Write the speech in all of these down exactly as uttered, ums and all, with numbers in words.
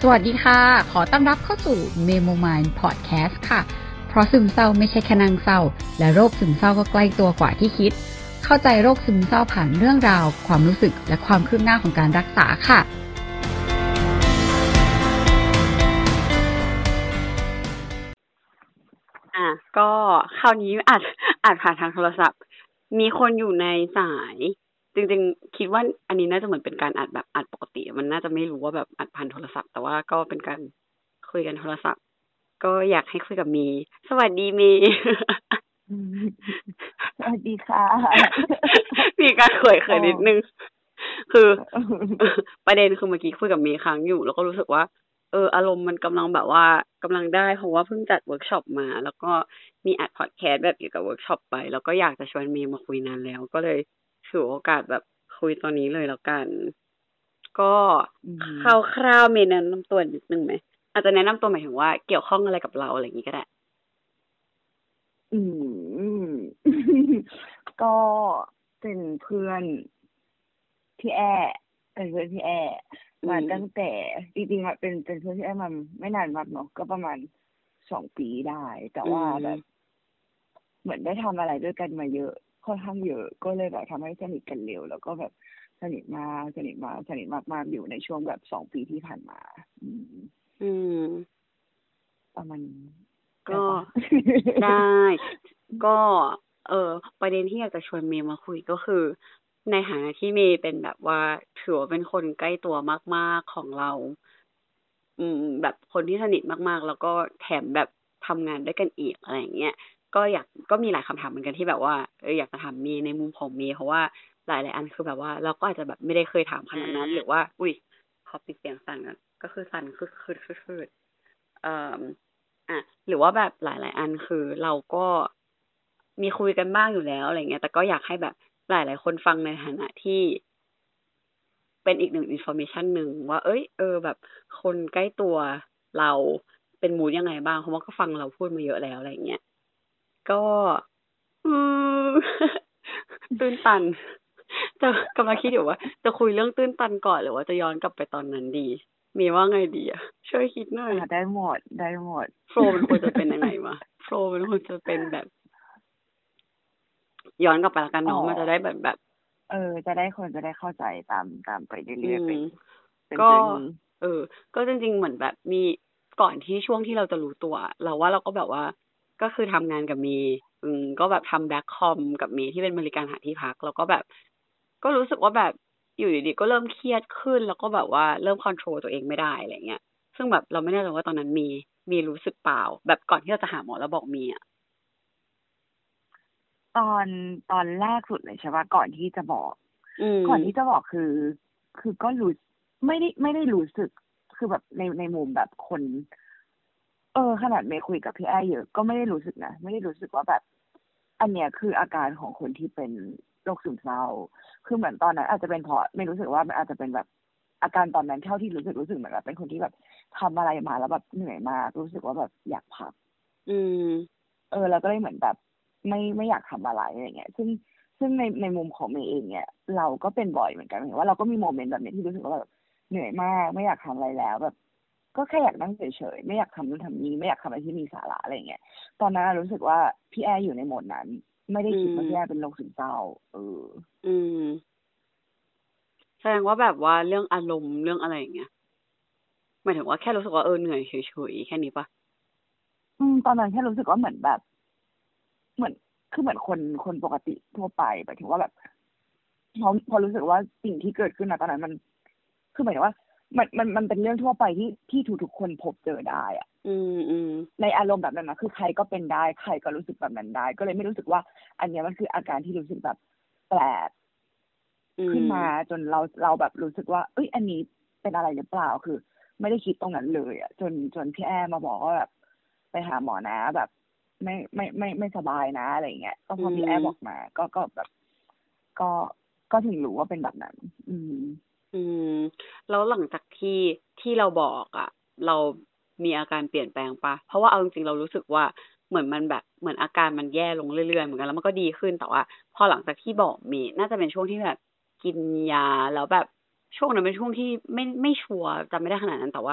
สวัสดีค่ะขอต้อนรับเข้าสู่ Memo Mind Podcast ค่ะเพราะซึมเศร้าไม่ใช่แค่นั่งเศร้าและโรคซึมเศร้าก็ใกล้ตัวกว่าที่คิดเข้าใจโรคซึมเศร้าผ่านเรื่องราวความรู้สึกและความคืบหน้าของการรักษาค่ะอ่ะก็คราวนี้อาจอาจผ่านทางโทรศัพท์มีคนอยู่ในสายจริงๆคิดว่าอันนี้น่าจะเหมือนเป็นการอัดแบบอัดปกติมันน่าจะไม่รู้ว่าแบบอัดผ่านโทรศัพท์แต่ว่าก็เป็นการคุยกันโทรศัพท์ก็อยากให้คุยกับเมย์สวัสดีเมย์สวัสดีค่ะมีการเขินเขินนิดนึงคือประเด็นคือเมื่อกี้คุยกับเมย์ค้างอยู่แล้วก็รู้สึกว่าเอออารมณ์มันกำลังแบบว่ากำลังได้เพราะว่าเพิ่งจัดเวิร์กช็อปมาแล้วก็มีอัดพอดแคสต์แบบเกี่ยวกับเวิร์กช็อปไปแล้วก็อยากจะชวนเมย์มาคุยนานแล้วก็เลยถือโอกาสแบบคุยตอนนี้เลยแล้วกันก็คร่าวๆเมย์แนะนำตัวนิดนึงไหมอาจจะแนะนำตัวหมายถึงว่าเกี่ยวข้องอะไรกับเราอะไรอย่างนี้ก็ได้อืม ก็เป็นเพื่อนพี่แอเป็นเพื่อนพี่แอมาตั้งแต่จริงๆอะเป็นเป็นเพื่อนพี่แอมันไม่นานมากเนาะก็ประมาณสองปีได้แต่ว่าแบบเหมือนได้ทำอะไรด้วยกันมาเยอะค่อนข้างเยอะก็เลยแบบทำให้สนิทกันเร็วแล้วก็แบบสนิทมากสนิทมากสนิทมากๆอยู่ในช่วงแบบสองปีที่ผ่านมา อืมอืมประมาณนี้ก็ได้ ก็เออประเด็นที่อยากจะชวนเมย์มาคุยก็คือในฐานะที่เมย์เป็นแบบว่าถือว่าเป็นคนใกล้ตัวมากๆของเรา อืมแบบคนที่สนิทมากๆแล้วก็แถมแบบทำงานด้วยกันอีกอะไรอย่างเงี้ยก็อยากก็มีหลายคำถามเหมือนกันที่แบบว่าเอออยากจะถามเมย์ในมุมของเมย์เพราะว่าหลายๆอันคือแบบว่าเราก็อาจจะแบบไม่ได้เคยถามขนาดนั้นหรือว่าอุ้ยขอปิดเสียงสั่นกันก็คือสั่นคือคือคือคือเอ่ออ่ะหรือว่าแบบหลายๆอันคือเราก็มีคุยกันบ้างอยู่แล้วอะไรเงี้ยแต่ก็อยากให้แบบหลายๆคนฟังในฐานะที่เป็นอีกหนึ่งอินฟอร์เมชันหนึ่งว่าเอ้ยเออแบบคนใกล้ตัวเราเป็นมูดยังไงบ้างเพราะว่าก็ฟังเราพูดมาเยอะแล้วอะไรเงี้ยก็อืม ตื้นตันจะกำลังคิดอยู่ว่าจะคุยเรื่องตื้นตันก่อนหรือว่าจะย้อนกลับไปตอนนั้นดีมีว่าไงดีอ่ะช่วยคิดหน่อยได้หมดได้หมดโฟล์มันควรจะเป็นยังไงวะโฟล์มันควรจะเป็นแบบย้อนกลับไปแล้วกันเนาะมันจะได้แบบแบบเออจะได้คนจะได้เข้าใจตามตามไปเรื่อยๆเป็นเป็นก็ journey เออก็จริงๆเหมือนแบบมีก่อนที่ช่วงที่เราจะรู้ตัวเราว่าเราก็แบบว่าก็คือทำงานกับเมย์อืมก็แบบทำแบ็คคอมกับเมย์ที่เป็นบริการหาที่พักแล้วก็แบบก็รู้สึกว่าแบบอยู่ดีๆก็เริ่มเครียดขึ้นแล้วก็แบบว่าเริ่มคอนโทรลตัวเองไม่ได้อะไรเงี้ยซึ่งแบบเราไม่แน่ใจว่าตอนนั้นมีมีรู้สึกเปล่าแบบก่อนที่เราจะหาหมอแล้วบอกมีอ่ะตอนตอนแรกสุดเลยใช่ป่ะก่อนที่จะบอกก่อนที่จะบอกคือ คือก็รู้ไม่ได้ไม่ได้รู้สึกคือแบบในในมุมแบบคน เออขนาดเมย์คุยกับพี่แอเยอะก็ไม่ได้รู้สึกนะไม่ได้รู้สึกว่าแบบ อันเนี้ยคืออาการของคนที่เป็นโรคซึมเศร้าคือเหมือนตอนนั้นอาจจะเป็นเพราะไม่รู้สึกว่ามันอาจจะเป็นแบบอาการตอนนั้นเท่าที่รู้สึกรู้สึกเหมือนแบบเป็นคนที่แบบทำอะไรมาแล้วแบบเหนื่อยมากรู้สึกว่าแบบอยากพักอืมเออแล้วก็เลยเหมือนแบบไม่ไม่อยากทำอะไรอะไรเงี้ยซึ่งซึ่งในในมุมของเมย์เองเนี่ยเราก็เป็นบ่อยเหมือนกันเห็นว่าเราก็มีโมเมนต์แบบนี้ที่รู้สึกว่าแบบเหนื่อยมากไม่อยากทำอะไรแล้วแบบก็แค่อยากนั่งเฉยๆไม่อยากทำนู่นทำนี้ไม่อยากทำอะไรที่มีสาระอะไรเงี้ยตอนนั้นรู้สึกว่าพี่แอร์อยู่ในโหมดนั้นไม่ได้คิดว่าพี่แอร์เป็นโรคซึมเศร้าเอออืมแสดงว่าแบบว่าเรื่องอารมณ์เรื่องอะไรอย่างเงี้ยหมายถึงว่าแค่รู้สึกว่าเออเหนื่อยเฉยๆแค่นี้ปะอืมตอนนั้นแค่รู้สึกว่าเหมือนแบบเหมือนคือเหมือนคนคนปกติทั่วไปหมายถึงว่าแบบพอพอรู้สึกว่าสิ่งที่เกิดขึ้นนะตอนนั้นมันคือหมายถึงว่ามันมันมันเป็นเรื่องทั่วไปที่ที่ทุกทุกคนพบเจอได้อะอืมอืมในอารมณ์แบบนั้นนะคือใครก็เป็นได้ใครก็รู้สึกแบบนั้นได้ก็เลยไม่รู้สึกว่า อันนี้มันคืออาการที่รู้สึกแบบแปลกขึ้นมาจนเราเราแบบรู้สึกว่าเอ้ยอันนี้เป็นอะไรหรือเปล่าคือไม่ได้คิดตรงนั้นเลยอ่ะจนจนพี่แอมมาบอกว่าแบบไปหาหมอนะแบบไม่ไม่ไม่ไม่สบายนะอะไรเงี้ยก็พอพี่แอมบอกมาก็ก็แบบ ก็ก็ถึงรู้ว่าเป็นแบบนั้น อืมอืมแล้วหลังจากที่ที่เราบอกอ่ะเรามีอาการเปลี่ยนแปลงปะเพราะว่าเอาจริงๆเรารู้สึกว่าเหมือนมันแบบเหมือนอาการมันแย่ลงเรื่อยๆเหมือนกันแล้วมันก็ดีขึ้นแต่ว่าพอหลังจากที่บอกมีน่าจะเป็นช่วงที่แบบกินยาแล้วแบบช่วงนั้นเป็นช่วงที่ไม่ไม่ชัวร์จำไม่ได้ขนาดนั้นแต่ว่า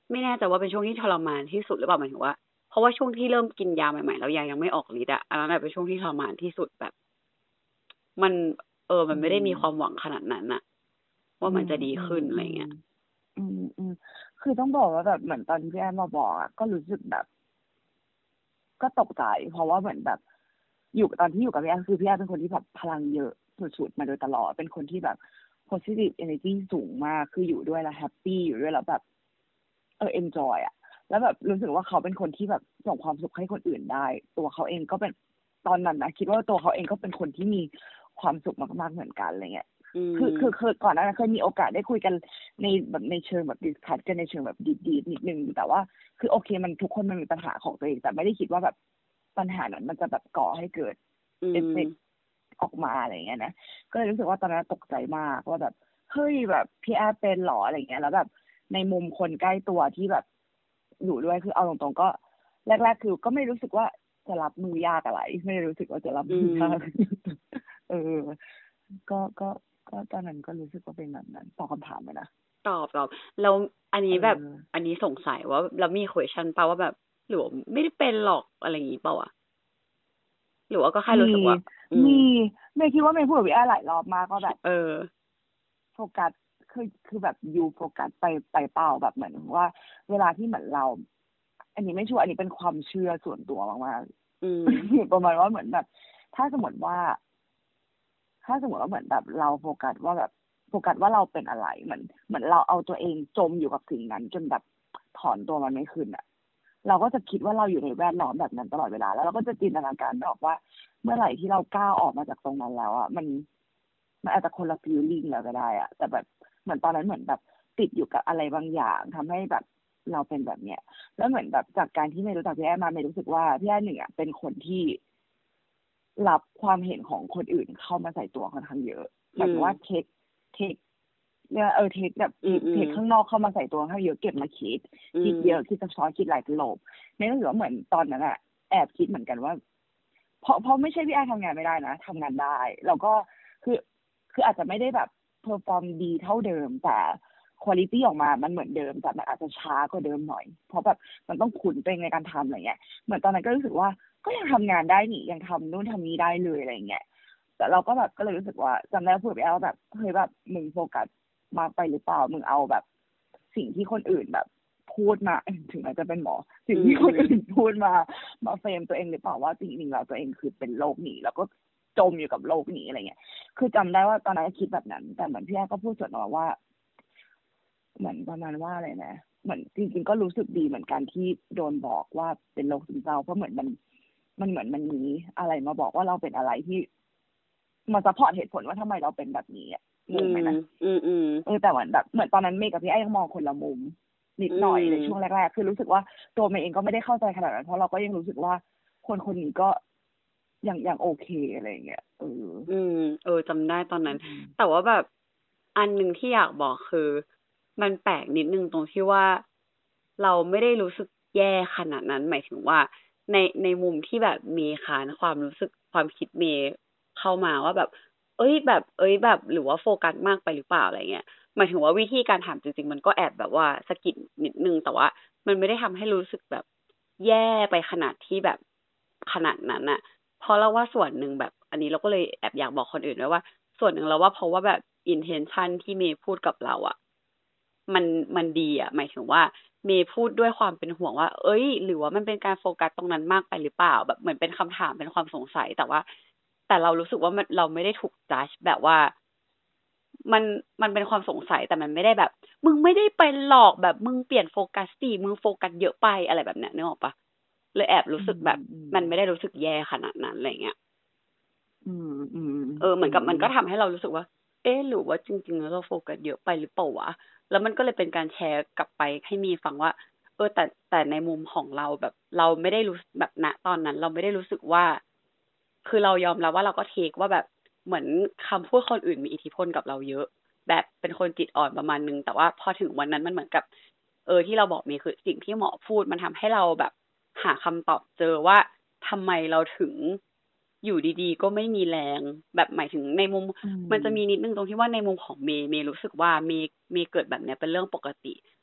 ไม่แน่ใจว่าเป็นช่วงที่ทรมานที่สุดหรือเปล่าหมายถึงว่าเพราะว่าช่วงที่เริ่มกินยาใหม่ๆแล้วยายังไม่ออกฤทธิ์อะอันนั้นเป็นช่วงที่ทรมานที่สุดแบบมันเออมันไม่ได้มีความหวังขนาดนั้นอะว่ามันจะดีขึ้นอะไรเงี้ยอืมอืมคือต้องบอกว่าแบบเหมือนตอนที่พี่แอมมาบอกอ่ะก็รู้สึกแบบ ก็ตกใจเพราะว่าเหมือนแบบอยู่ตอนที่อยู่กับพี่แอมคือพี่แอมเป็นคนที่แบบพลังเยอะสุดๆมาโดยตลอดเป็นคนที่แบบ positive energy สูงมากคืออยู่ด้วยแล้วแฮปปี้อยู่ด้วยแล้วแบบเออ enjoy อ่ะแล้วแบบรู้สึกว่าเขาเป็นคนที่แบบส่งความสุขให้คนอื่นได้ตัวเขาเองก็เป็นตอนนั้นนะคิดว่าตัวเขาเองก็เป็นคนที่มีความสุขมากๆเหมือนกันอะไรเงี้ยคือคือคือก่อนหน้านั้นเคยมีโอกาสได้คุยกันในแบบในเชิงแบบดิสคัสกันในเชิงแบบดีๆนิดนึงแต่ว่าคือโอเคมันทุกคนมันมีปัญหาของตัวเองแต่ไม่ได้คิดว่าแบบปัญหานั้นมันจะแบบก่อให้เกิดเอฟเฟกต์ออกมาอะไรเงี้ยนะก็เลยรู้สึกว่าตอนนั้นตกใจมากว่าแบบเฮ้ยแบบพี่แอร์เป็นหรออะไรเงี้ยแล้วแบบในมุมคนใกล้ตัวที่แบบอยู่ด้วยคือเอาตรงๆก็แรกๆคือก็ไม่รู้สึกว่าจะรับมือยากอะไรไม่รู้สึกว่าจะรับมือยากเออก็ก็ก็ตอนนั้นก็รู้สึกว่าเป็นแบบนั้นตอบคำถามเลยนะตอบตอบแล้วอันนี้แบบอันนี้สงสัยว่าแล้วมี question ป่ะว่าแบบหรือไม่ได้เป็นหรอกอะไรอย่างงี้เปล่าอ่ะหรือว่าก็แค่รู้สึกว่ามีเมย์คิดว่าเมย์พูดกับพี่แอร์หลายรอบมากก็แบบเออโฟกัสคือคือแบบยูโฟกัสไปไปเปล่าแบบเหมือนว่าเวลาที่เหมือนเราอันนี้ไม่ชัวร์อันนี้เป็นความเชื่อส่วนตัวมากๆประมาณว่าเหมือนแบบถ้าสมมติว่าถ้าสมมติว่าเหมือนแบบเราโฟกัสว่าแบบโฟกัสว่าเราเป็นอะไรเหมือนเหมือนเราเอาตัวเองจมอยู่กับสิ่งนั้นจนแบบถอนตัวมันไม่ขึ้นอ่ะเราก็จะคิดว่าเราอยู่ในแวดล้อมแบบนั้นตลอดเวลาแล้วเราก็จะจินตนาการออกว่าเมื่อไหร่ที่เราก้าวออกมาจากตรงนั้นแล้วอ่ะมันมันอาจจะคนละฟีลลิ่งแล้วก็ได้อ่ะแต่แบบเหมือนตอนนั้นเหมือนแบบติดอยู่กับอะไรบางอย่างทำให้แบบเราเป็นแบบเนี้ยแล้วเหมือนแบบจากการที่ไม่รู้จักพี่แอมมาไม่รู้สึกว่าพี่แอมหนึ่งอ่ะเป็นคนที่รับความเห็นของคนอื่นเข้ามาใส่ตัวค่อนข้างเยอะหมายถึงว่าเทคเทคเนี่ยเออเทคแบบเทคข้างนอกเข้ามาใส่ตัวค่อนข้างเยอะเก็บมาคิดคิดเยอะคิดซับซ้อนคิดหลายตลบนี่ก็ถือว่าเหมือนตอนนั้นอะแอบคิดเหมือนกันว่าเพราะเพราะไม่ใช่พี่แอร์ทำงานไม่ได้นะทำงานได้แล้วก็คือคืออาจจะไม่ได้แบบเพอร์ฟอร์มดีเท่าเดิมแต่คุณภาพออกมามันเหมือนเดิมแต่มันอาจจะช้ากว่าเดิมหน่อยเพราะแบบมันต้องขุนตัวเองในการทำอะไรเงี้ยเหมือนตอนนั้นก็รู้สึกว่าก็ยังทำงานได้นี่ยังทำนู่นทำนี้ได้เลยอะไรเงี้ยแต่เราก็แบบก็เลยรู้สึกว่าจำได้พูดไปแล้วแบบเฮ้ยแบบมึงโฟกัสมากไปหรือเปล่ามึงเอาแบบสิ่งที่คนอื่นแบบพูดมาถึงแม้จะเป็นหมอสิ่งที่คนอื่นพูดมามาเฟรมตัวเองหรือเปล่าว่าจริงๆแล้วตัวเองคือเป็นโรคนี้แล้วก็จมอยู่กับโลกนี้อะไรเงี้ยคือจำได้ว่าตอนนั้นคิดแบบนั้นแต่เหมือนพี่แอ๊ก็พูดสวนมาว่าเหมือนประมาณว่าอะไรนะเหมือนจริงๆก็รู้สึกดีเหมือนกันที่โดนบอกว่าเป็นโรคซึมเศร้าเพราะเหมือนมันมันเหมือนมันมีอะไรมาบอกว่าเราเป็นอะไรที่มาซัพพอร์ตเหตุผลว่าทำไมเราเป็นแบบนี้อ่ะงงไหมนะอืมอืมเออแต่เหมือนแบบเหมือนตอนนั้นเมย์กับพี่แอ๊ยังมองคนละมุมนิดหน่อยในช่วงแรกๆคือรู้สึกว่าตัวเมย์เองก็ไม่ได้เข้าใจขนาดนั้นเพราะเราก็ยังรู้สึกว่าคนคนนี้ก็ยังยังโอเคอะไรอย่างเงี้ยเอออืมเออจำได้ตอนนั้นแต่ว่าแบบอันนึงที่อยากบอกคือมันแปลกนิดนึงตรงที่ว่าเราไม่ได้รู้สึกแย่ขนาดนั้นหมายถึงว่าในในมุมที่แบบมีค้านความรู้สึกความคิดเมย์เข้ามาว่าแบบเอ้ยแบบเอ้ยแบบหรือว่าโฟกัสมากไปหรือเปล่าอะไรเงี้ยหมายถึงว่าวิธีการถามจริงๆมันก็แอบแบบว่าสะกิดนิดนึงแต่ว่ามันไม่ได้ทำให้รู้สึกแบบแย่ไปขนาดที่แบบขนาดนั้นอะเพราะเราว่าส่วนหนึ่งแบบอันนี้เราก็เลยแอบอยากบอกคนอื่นด้วยว่าส่วนหนึ่งเราว่าเพราะว่าแบบ intention ที่เมย์พูดกับเราอะมันมันดีอะหมายถึงว่าเมย์พูดด้วยความเป็นห่วงว่าเอ้ยหรือว่ามันเป็นการโฟกัสตรงนั้นมากไปหรือเปล่าแบบเหมือนเป็นคำถามเป็นความสงสัยแต่ว่าแต่เรารู้สึกว่ามันเราไม่ได้ถูกจัดแบบว่ามันมันเป็นความสงสัยแต่มันไม่ได้แบบมึงไม่ได้เป็นหลอกแบบมึงเปลี่ยนโฟกัสสิมึงโฟกัสเยอะไปอะไรแบบเนี้ยนึกออกปะเลยแอบรู้สึกแบบมันไม่ได้รู้สึกแย่ขนาดนั้นอะไรเงี้ยอืมอืมเออเหมือนกับมันก็ทำให้เรารู้สึกว่าเอ๊ะหรือว่าจริงๆแล้วเราโฟกัสเยอะไปหรือเปล่าวะแล้วมันก็เลยเป็นการแชร์กลับไปให้มีฟังว่าเออแต่แต่ในมุมของเราแบบเราไม่ได้รู้แบบณตอนนั้นเราไม่ได้รู้สึกว่าคือเรายอมรับว่าเราก็เทคว่าแบบเหมือนคำพูดคนอื่นมีอิทธิพลกับเราเยอะแบบเป็นคนจิตอ่อนประมาณนึงแต่ว่าพอถึงวันนั้นมันเหมือนกับเออที่เราบอกมีคือสิ่งที่หมอพูดมันทำให้เราแบบหาคำตอบเจอว่าทำไมเราถึงอยู่ดีๆก็ไม่มีแรงแบบหมายถึงในมุมมันจะมีนิดนึงตรงที่ว่าในมุมของเมย์เมย์รู้สึกว่าเมย์เมย์เกิดแบบเนี้ยเป็นเรื่องปกติ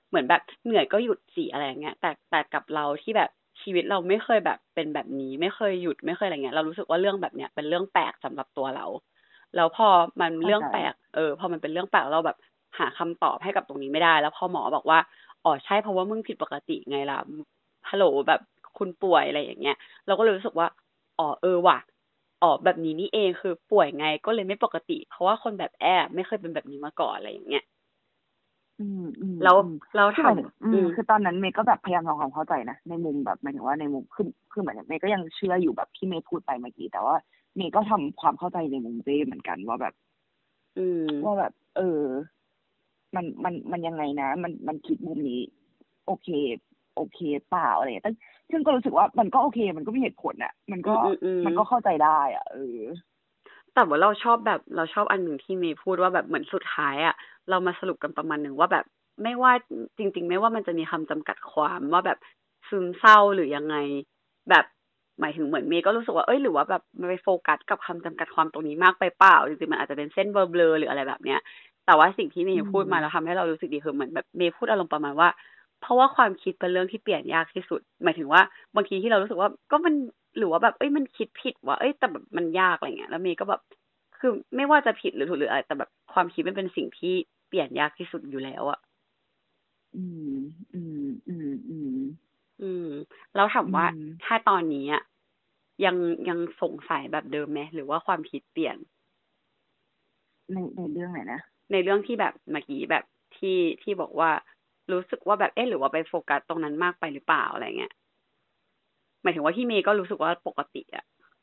เหมือนแบบเหนื่อยก็หยุดสิอะไรอย่างเงี้ยแต่แต่กับเราที่แบบชีวิตเราไม่เคยแบบเป็นแบบนี้ไม่เคยหยุดไม่เคยอะไรเงี้ยเรารู้สึกว่าเรื่องแบบเนี้ยเป็นเรื่องแปลกสำหรับตัวเราแล้วพอมันเรื่องแปลกเออพอมันเป็นเรื่องแปลกเราแบบหาคำตอบให้กับตรงนี้ไม่ได้แล้วพอหมอบอกว่าอ๋อใช่เพราะว่ามึงผิดปกติไงล่ะฮัลโหลแบบคุณป่วยอะไรอย่างเงี้ยเราก็เลยรู้สึกว่าอ๋อเออว่ะอ๋อแบบนี้นี่เองคือป่วยไงก็เลยไม่ปกติเพราะว่าคนแบบแอไม่เคยเป็นแบบนี้มาก่อนอะไรอย่างเงี้ยอืมอืมแล้วเราคือทหมายถึงอืำอืมมคือตอนนั้นเมย์ก็แบบพยายามทำความเข้าใจนะในมุมแบบหมายถึงว่าในมุมคือคือเหมือนเมย์ก็ยังเชื่ออยู่แบบที่เมย์พูดไปเมื่อกี้แต่ว่าเมย์ก็ทำความเข้าใจในมุมเจเหมือนกันว่าแบบอืมว่าแบบ เออ มันมันมันยังไงนะ มันมันคิดมุมนี้ โอเค โอเคเปล่าอะไรอย่างเงี้ยแต่ซึ่งก็รู้สึกว่ามันก็โอเค มันก็มีเหตุผลอ่ะ มันก็อืมอืมอืมมันก็เข้าใจได้อ่ะเออแต่ว่าเราชอบแบบเราชอบอันหนึ่งที่เมย์พูดว่าแบบเหมือนสุดท้ายอ่ะเรามาสรุปกันประมาณหนึ่งว่าแบบไม่ว่าจริงๆไม่ว่ามันจะมีคำจำกัดความว่าแบบซึมเศร้าหรือยังไงแบบหมายถึงเหมือนเมย์ก็รู้สึกว่าเอ้ยหรือว่าแบบมันไปโฟกัสกับคำจำกัดความตรงนี้มากไปเปล่าจริงๆมันอาจจะเป็นเส้นเบลอๆหรืออะไรแบบเนี้ยแต่ว่าสิ่งที่เมย์พูดมาแล้วทำให้เรารู้สึกดีคือเหมือนแบบเมย์พูดอารมณ์ประมาณว่าเพราะว่าความคิดเป็นเรื่องที่เปลี่ยนยากที่สุดหมายถึงว่าบางทีที่เรารู้สึกว่าก็มันหรือว่าแบบเอ้ยมันคิดผิดว่าเอ้ยแต่แบบมันยากอะไรเงี้ยแล้วเมย์ก็แบบคือไม่ว่าจะผิดหรือถูกหรืออะไรแต่แบบความคิดมันเป็นสิ่งที่เปลี่ยนยากที่สุดอยู่แล้วอ่ะอืมอืมอืมอืมอืมแล้วถามว่าอืมถ้าตอนนี้อ่ะยังยังสงสัยแบบเดิมไหมหรือว่าความคิดเปลี่ยนในในเรื่องไหนนะในเรื่องที่แบบเมื่อกี้แบบที่ที่บอกว่ารู้สึกว่าแบบเอ๊ะหรือว่าไปโฟกัสตรงนั้นมากไปหรือเปล่าอะไรเงี้ยหมายถึงว่าที่เมย์ก็รู้สึกว่าปกติอ่ะ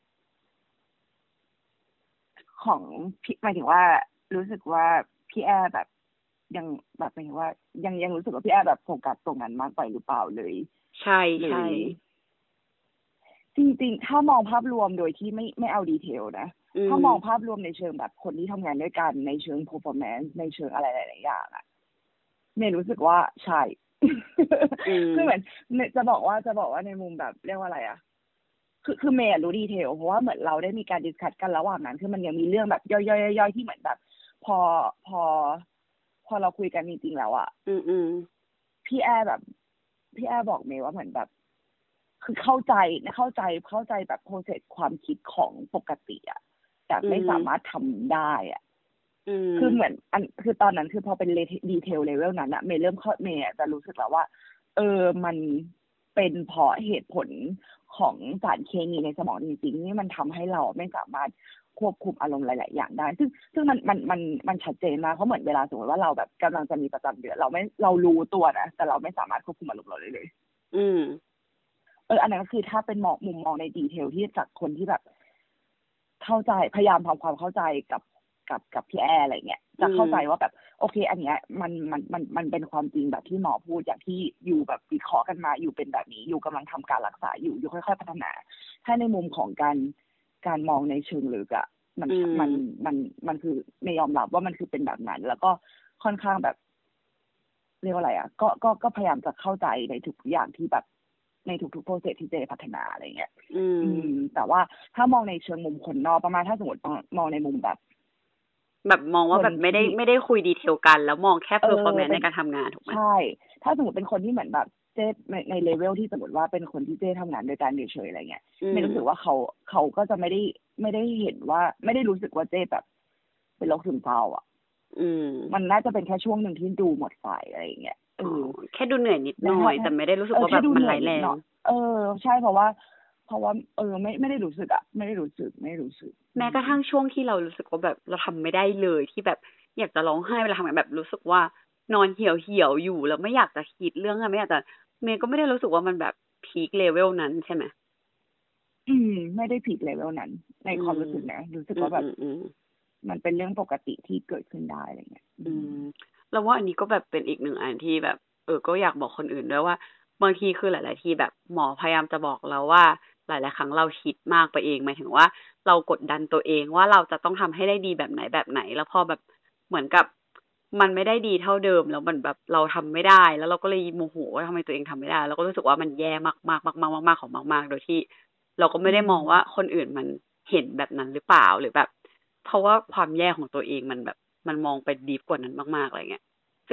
ของพี่หมายถึงว่ารู้สึกว่าพี่แอร์แบบยังแบบหมายถึงว่า ยังยังรู้สึกว่าพี่แอร์แบบโฟกัสตรงนั้นมากไปหรือเปล่าเลยใช่เลใช่ย จริงๆ ถ้ามองภาพรวมโดยที่ไม่ไม่เอาดีเทลนะอืมถ้ามองภาพรวมในเชิงแบบคนที่ทำงานด้วยกันในเชิง performance ในเชิงอะไรหลายๆอย่างอะเมย์รู้สึกว่าใช่อืมคือเหมือนเนี่ยจะบอกว่าจะบอกว่าในมุมแบบเรียกว่าอะไรอะคือคือเมย์อะรู้ดีเทลเพราะว่าเหมือนเราได้มีการดิสคัสกันระหว่างนั้นคือมันยังมีเรื่องแบบย่อยๆย่อยๆที่เหมือนแบบ พอพอ พอเราคุยกันจริงๆแล้วอะอืมอืมพี่แอร์แบบพี่แอร์บอกเมย์ว่าเหมือนแบบ คือเข้าใจเข้าใจเข้าใจแบบโปรเซสความคิดของปกติอะแต่ไม่อืมสามารถทำได้อะอืมคือเหมือนอันคือตอนนั้นคือพอเป็นดีเทลเลเวลนั้นอะเมย์เริ่มเข้าเมย์อะจะรู้สึกแล้วว่า เออมันเป็นเพราะเหตุผลของสารเคมีในสมองจริงๆนี่มันทำให้เราไม่สามารถควบคุมอารมณ์หลายๆอย่างได้ ซึ่งซึ่งมันมันมันมันชัดเจนมากเพราะเหมือนเวลาสมมติว่าเราแบบกำลังจะมีประจำเดือนเราไม่เรารู้ตัวนะแต่เราไม่สามารถควบคุมอารมณ์เราได้เลยอืมเอออันนั้นก็คือถ้าเป็นมองมุมมองในดีเทลที่จากคนที่แบบ เข้าใจพยายามทำความเข้าใจกับกับกับพี่แอร์อะไรเงี้ยจะเข้าใจว่าแบบโอเค อันเนี้ยมันมันมันมันเป็นความจริงแบบที่หมอพูดอย่างที่อยู่แบบวิเคราะห์กันมาอยู่เป็นแบบนี้อยู่กำลังทำการรักษาอยู่อยู่ค่อยๆพัฒนา ถ้าในมุมของการการมองในเชิงลึกอะมันอืมมันมันมันคือไม่ยอมรับว่ามันคือเป็นแบบนั้น แล้วก็ค่อนข้างแบบ เรียกว่าอะไรอ่ะก็ก็ก็พยายามจะเข้าใจในทุกอย่างที่แบบในทุกๆโปรเซสที่เจพัฒนาอะไรเงี้ยอืมอืม แต่ว่าถ้ามองในเชิงมุมคนนอกประมาณถ้าสมมติมองในมุมแบบแบบมองว่าแบบไม่ได้ไม่ได้คุยดีเทลกัน แล้วมองแค่เพเอออร์ฟอร์แมนซ์เป็ในนการทำงานถูกไหมใช่ ถ้าสมมติเป็นคนที่เหมือนแบบเจ๊ในในเลเวลที่สมมติว่าเป็นคนที่เจ๊ทำงานด้วยกันเฉยๆอะไรเงี้ยอืมไม่รู้สึกว่าเขาเขาก็จะไม่ได้ไม่ได้เห็นว่า ไม่ได้รู้สึกว่าเจ๊แบบ เป็นโรคซึมเศร้าอ่ะอืมมันน่าจะเป็นแค่ช่วงหนึ่งที่ดูหมดไฟอะไรอย่างเงี้ยเออ๋ออแค่ดูเหนื่อยนิดหน่อย แต่ไม่ได้รู้สึกเออว่าแบแค่บดูมันเหนื่อร้าย ยแรนิดหน่งอยเออ ใช่เพราะว่า เพราะว่า เออ ไม่ไม่ได้รู้สึกอ่ะ ไม่ได้รู้สึก ไม่รู้สึกแม้กระทั่งช่วงที่เรารู้สึกว่าแบบเราทำไม่ได้เลยที่แบบอยากจะร้องไห้เวลาทำงานแบบรู้สึกว่านอนเหี่ยวเหี่ยวอยู่แล้วไม่อยากจะคิดเรื่องอะไรไม่อยากจะเมย์ก็ไม่ได้รู้สึกว่ามันแบบพีคเลเวลนั้นใช่ไหมอืม ไม่ได้ผิดเลเวลนั้น ในอืมความรู้สึกนะ รู้สึกอืมว่าแบบอืมอืมมันเป็นเรื่องปกติที่เกิดขึ้นได้อะไรเงี้ยอืมเราว่าอันนี้ก็แบบเป็นอีกหนึ่งอันที่แบบ เออก็อยากบอกคนอื่นด้วยว่าบางทีคือหลาย ๆ ทีแบบหมอพยายามจะบอกเราว่าหลาย ๆ ครั้งเราคิดมากไปเองหมายถึงว่าเรากดดันตัวเองว่าเราจะต้องทำให้ได้ดีแบบไหนแบบไหน แล้วพอแบบเหมือนกับมันไม่ได้ดีเท่าเดิมแล้วมันแบบเราทำไม่ได้แล้วเราก็เลยโมโหว่าทำไมตัวเองทำไม่ได้แล้วก็รู้สึกว่ามันแย่มากๆมากๆมากๆของมาก ๆ โดยที่เราก็ไม่ได้มองว่าคนอื่นมันเห็นแบบนั้นหรือเปล่าหรือแบบ เพราะว่าความแย่ของตัวเองมันแบบมันมองไปดีฟกว่านั้นมากๆอะไรเงี้ยซึ่งแบบ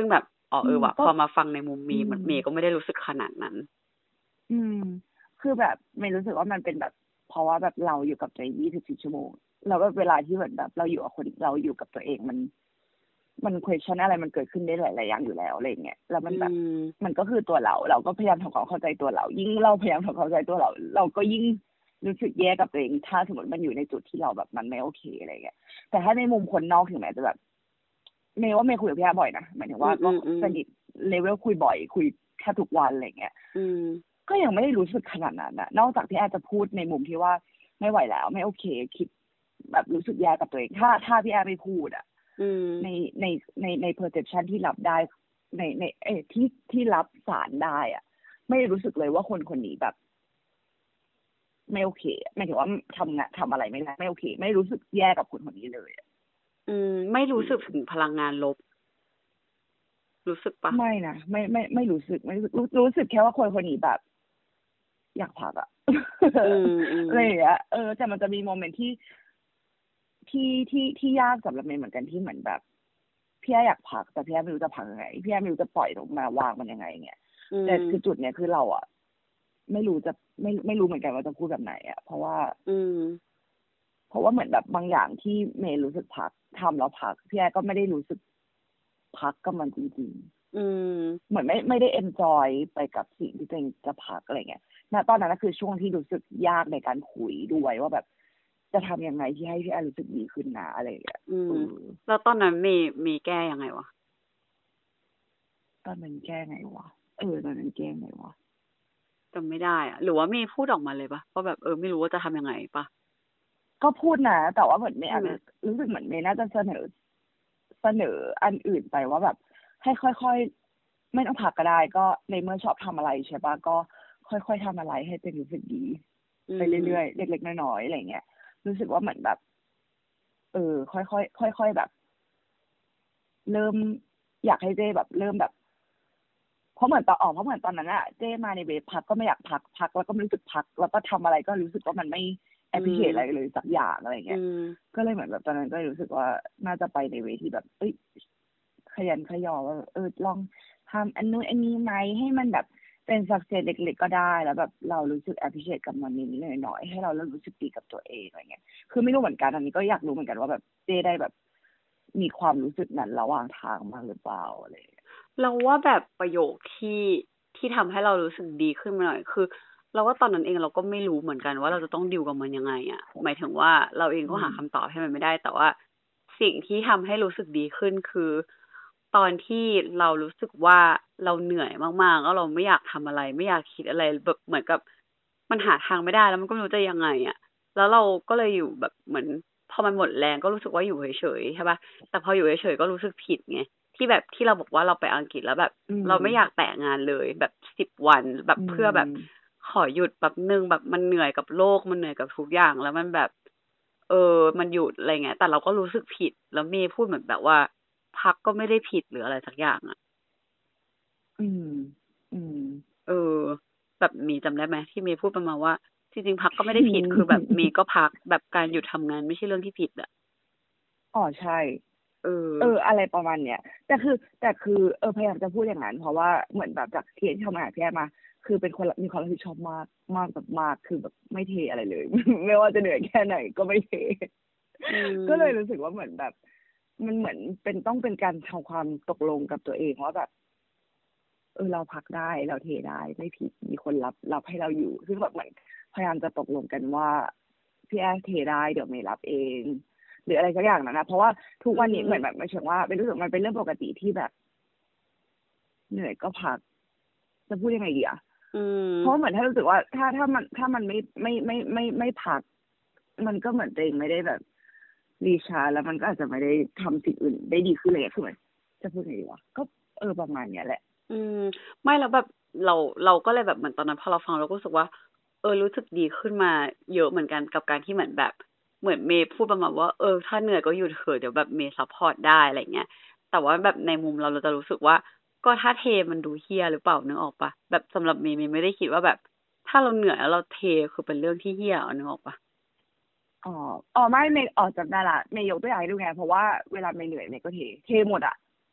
อ๋อเออว่ะพอมาฟังในมุมเมย์เมย์ก็ไม่ได้รู้สึกขนาดนั้นอืมคือแบบเมย์รู้สึกว่ามันเป็นแบบเพราะว่าแบบเราอยู่กับตัวเองยี่สิบสี่ชั่วโมงแล้วแบบเวลาที่เหมือนแบบเราอยู่กับคนเราอยู่กับตัวเองมันมัน question อะไรมันเกิดขึ้นได้หลายๆอย่างอยู่แล้วอะไรเงี้ยแล้วมันแบบมันก็คือตัวเราเราก็พยายามทำความเข้าใจตัวเรายิ่งเราพยายามทำความเข้าใจตัวเราเราก็ยิ่งรู้สึกแย่กับตัวเองถ้าสมมติมันอยู่ในจุดที่เราแบบมันไม่โอเคอะไรเงี้ยแต่ถ้าในมุมคนนอกถึงแม้จะแบบเมย์ว่าเมย์คุยกับพี่อาบ่อยนะหมายถึงว่าก็สนิทเลเวลคุยบ่อยคุยแทบทุกวันอะไรเงี้ยก็ยังไม่ได้รู้สึกขนาดนั้นนะนอกจากที่อาจจะพูดในมุมที่ว่าไม่ไหวแล้วไม่โอเคคิดแบบรู้สึกแย่กับตัวเองถ้าถ้าพี่อาไม่พูดอ่ะในในในใน perception ที่รับได้ในในเอ้ที่ที่รับสารได้อ่ะไม่รู้สึกเลยว่าคนคนนี้แบบไม่โอเคหมายถึงว่าทำงานทำอะไรไม่ได้ไม่โอเคไม่รู้สึกแย่กับคนคนนี้เลยอืมไม่รู้สึกถึงพลังงานลบรู้สึกปะไม่นะไม่ไม่ไม่รู้สึกไม่รู้รู้สึกแค่ว่าคนคนนี้แบบอยากพักอะอะไรอย่างเงี้ยเออแต่มันจะมีโมเมนต์ที่ที่ที่ที่ยากสำหรับเมย์เหมือนกันที่เหมือนแบบพี่อยากพักแต่พี่ไม่รู้จะพักยังไงพี่ไม่รู้จะปล่อยลงมาวางมันยังไงเงี้ยแต่คือจุดเนี้ยคือเราอะไม่รู้จะไม่ไม่รู้เหมือนกันว่าจะพูดแบบไหนอะเพราะว่าอืมเพราะว่าเหมือนแบบบางอย่างที่เมย์รู้สึกพักทำแล้วพักพี่ก็ไม่ได้รู้สึกพักกับมันจริงๆอืมเหมือนไม่ไม่ได้เอนจอยไปกับสิ่งที่ตัวเองจะพักอะไรเงี้ยณตอนนั้นก็คือช่วงที่รู้สึกยากในการคุยด้วยว่าแบบจะทำยังไงที่ให้พี่แอนรู้สึกดีขึ้นนะอะไรอย่างเงี้ยอืมแล้วตอนนั้นมีมีแก้ยังไงวะตอนนั้นแก้ไงวะเออตอนนั้นแก้ไงวะจำไม่ได้อะหรือว่ามีพูดออกมาเลยปะว่าแบบเออไม่รู้ว่าจะทำยังไงปะก็พูดนะแต่ว่าเหมือนเมย์อาจจะรู้สึกเหมือนเมย์น่าจะเสนอเสนออันอื่นไปว่าแบบให้ค่อยๆไม่ต้องพักก็ได้ก็ในเมื่อชอบทำอะไรใช่ปะก็ค่อยๆทำอะไรให้เป็นรู้สึกดีไปเรื่อยๆเล็กๆน้อยๆอะไรเงี้ยรู้สึกว่าเหมือนแบบเออค่อยๆค่อยๆแบบเริ่มอยากให้เจ้แบบเริ่มแบบเพราะเหมือนตอนออกเพราะเหมือนตอนนั้นอะเจ้มาในเวฟพักก็ไม่อยากพักพักแล้วก็ไม่รู้สึกพักแล้วก็ทำอะไรก็รู้สึกว่ามันไม่แอปพลิเคชอะไรเลยสักอย่างอะไรเงี้ยก็เลยเหมือนแบบตอนนั้นก็รู้สึกว่าน่าจะไปในเวที่แบบเอ้ยขยันขยอว่าเออลองทำอันนู้นอันนี้ไหมให้มันแบบเป็นสักเซสเล็กๆก็ได้แล้วแบบเรารู้สึกแอปพลิเคชกับมันนิดๆหน่อยๆให้เราเริ่มรู้สึกดีกับตัวเองอะไรเงี้ยคือไม่รู้เหมือนกันอันนี้ก็อยากรู้เหมือนกันว่าแบบเจ้ได้แบบมีความรู้สึกนั้นระหว่างทางมากหรือเปล่าอะไรเราว่าแบบประโยคที่ที่ทำให้เรารู้สึกดีขึ้นมาหน่อยคือเราว่าตอนนั้นเองเราก็ไม่รู้เหมือนกันว่าเราจะต้องดิวกับมันยังไงอ่ะหมายถึงว่าเราเองก็หาคำตอบให้มันไม่ได้แต่ว่าสิ่งที่ทำให้รู้สึกดีขึ้นคือตอนที่เรารู้สึกว่าเราเหนื่อยมากๆแล้วเราไม่อยากทำอะไรไม่อยากคิดอะไรแบบเหมือนกับมันหาทางไม่ได้แล้วมันก็ไม่รู้จะยังไงอ่ะแล้วเราก็เลยอยู่แบบเหมือนพอมันหมดแรงก็รู้สึกว่าอยู่เฉยๆใช่ป่ะแต่พออยู่เฉยๆก็รู้สึกผิดไงที่แบบที่เราบอกว่าเราไปอังกฤษแล้วแบบเราไม่อยากแตะงานเลยแบบสิบวันแบบเพื่อแบบขอหยุดแบบนึงแบบมันเหนื่อยกับโลกมันเหนื่อยกับทุกอย่างแล้วมันแบบเออมันหยุดอะไรเงี้ยแต่เราก็รู้สึกผิดแล้วเมย์พูดเหมือนแบบว่าพักก็ไม่ได้ผิดหรืออะไรสักอย่างอ่ะอืมอืมเออแบบมีจำได้ไหมที่เมย์พูดประมาณว่าจริงๆพักก็ไม่ได้ผิดคือแบบเมย์ก็พักแบบการหยุดทำงานไม่ใช่เรื่องที่ผิดอ่ะอ๋อใช่เออเอออะไรประมาณเนี้ยแต่คือแต่คือเออพยายามจะพูดอย่างนั้นเพราะว่าเหมือนแบบจากที่ทำงานพี่แอมาคือเป็นคนมีความรับผิดชอบมากมากแบบมากคือแบบไม่เทอะไรเลย ไม่ว่าจะเหนื่อยแค่ไหนก็ไม่เทก็เลยรู้สึกว่าเหมือนแบบมันเหมือนเป็นต้องเป็นการทำความตกลงกับตัวเองว่าแบบเออเราพักได้เราเทได้ไม่ผิดมีคนรับรับให้เราอยู่ซึ่งแบบเหมือนพยายามจะตกลงกันว่าพี่แอเทได้เดี๋ยวเมย์รับเองหรืออะไรสักอย่างนั้นนะเพราะว่าทุกวันนี้เหมือนแบบไม่ใช่ว่าเป็นรู้สึกมันเป็นเรื่องปกติที่แบบเหนื่อยก็พักจะพูดยังไงดีอ่ะเพราะเหมือนถ้ารู้สึกว่าถ้าถ้ามันถ้ามันไม่ไม่ไม่ไม่ไม่พักมันก็เหมือนตัวเองไม่ได้แบบรีชาร์จแล้วมันก็อาจจะไม่ได้ทำสิ่งอื่นได้ดีขึ้นเลยคือเหมือนจะพูดยังไงดีวะก็เออประมาณเนี้ยแหละอืมไม่แล้วแบบเราเราก็เลยแบบเหมือนตอนนั้นพอเราฟังเราก็รู้สึกว่าเออรู้สึกดีขึ้นมาเยอะเหมือนกันกับการที่เหมือนแบบเหมือนเมย์พูดประมาณว่าเออถ้าเหนื่อยก็หยุดเถอะเดี๋ยวแบบเมย์ซัพพอร์ตได้อะไรเงี้ยแต่ว่าแบบในมุมเราเราจะรู้สึกว่าก็ถ้าเทมันดูเหี้ยหรือเปล่านึกออกปะแบบสำหรับเมย์เมย์ไม่ได้คิดว่าแบบถ้าเราเหนื่อยแล้วเราเทคือเป็นเรื่องที่เหี้ยนึกออกปะอ๋ออ๋อไม่เมย์อ๋อจำได้ละเมย์ยกตัวอย่างให้ดูไงเพราะว่าเวลาเมย์เหนื่อยเมย์ก็เทเทหมดอ่ะ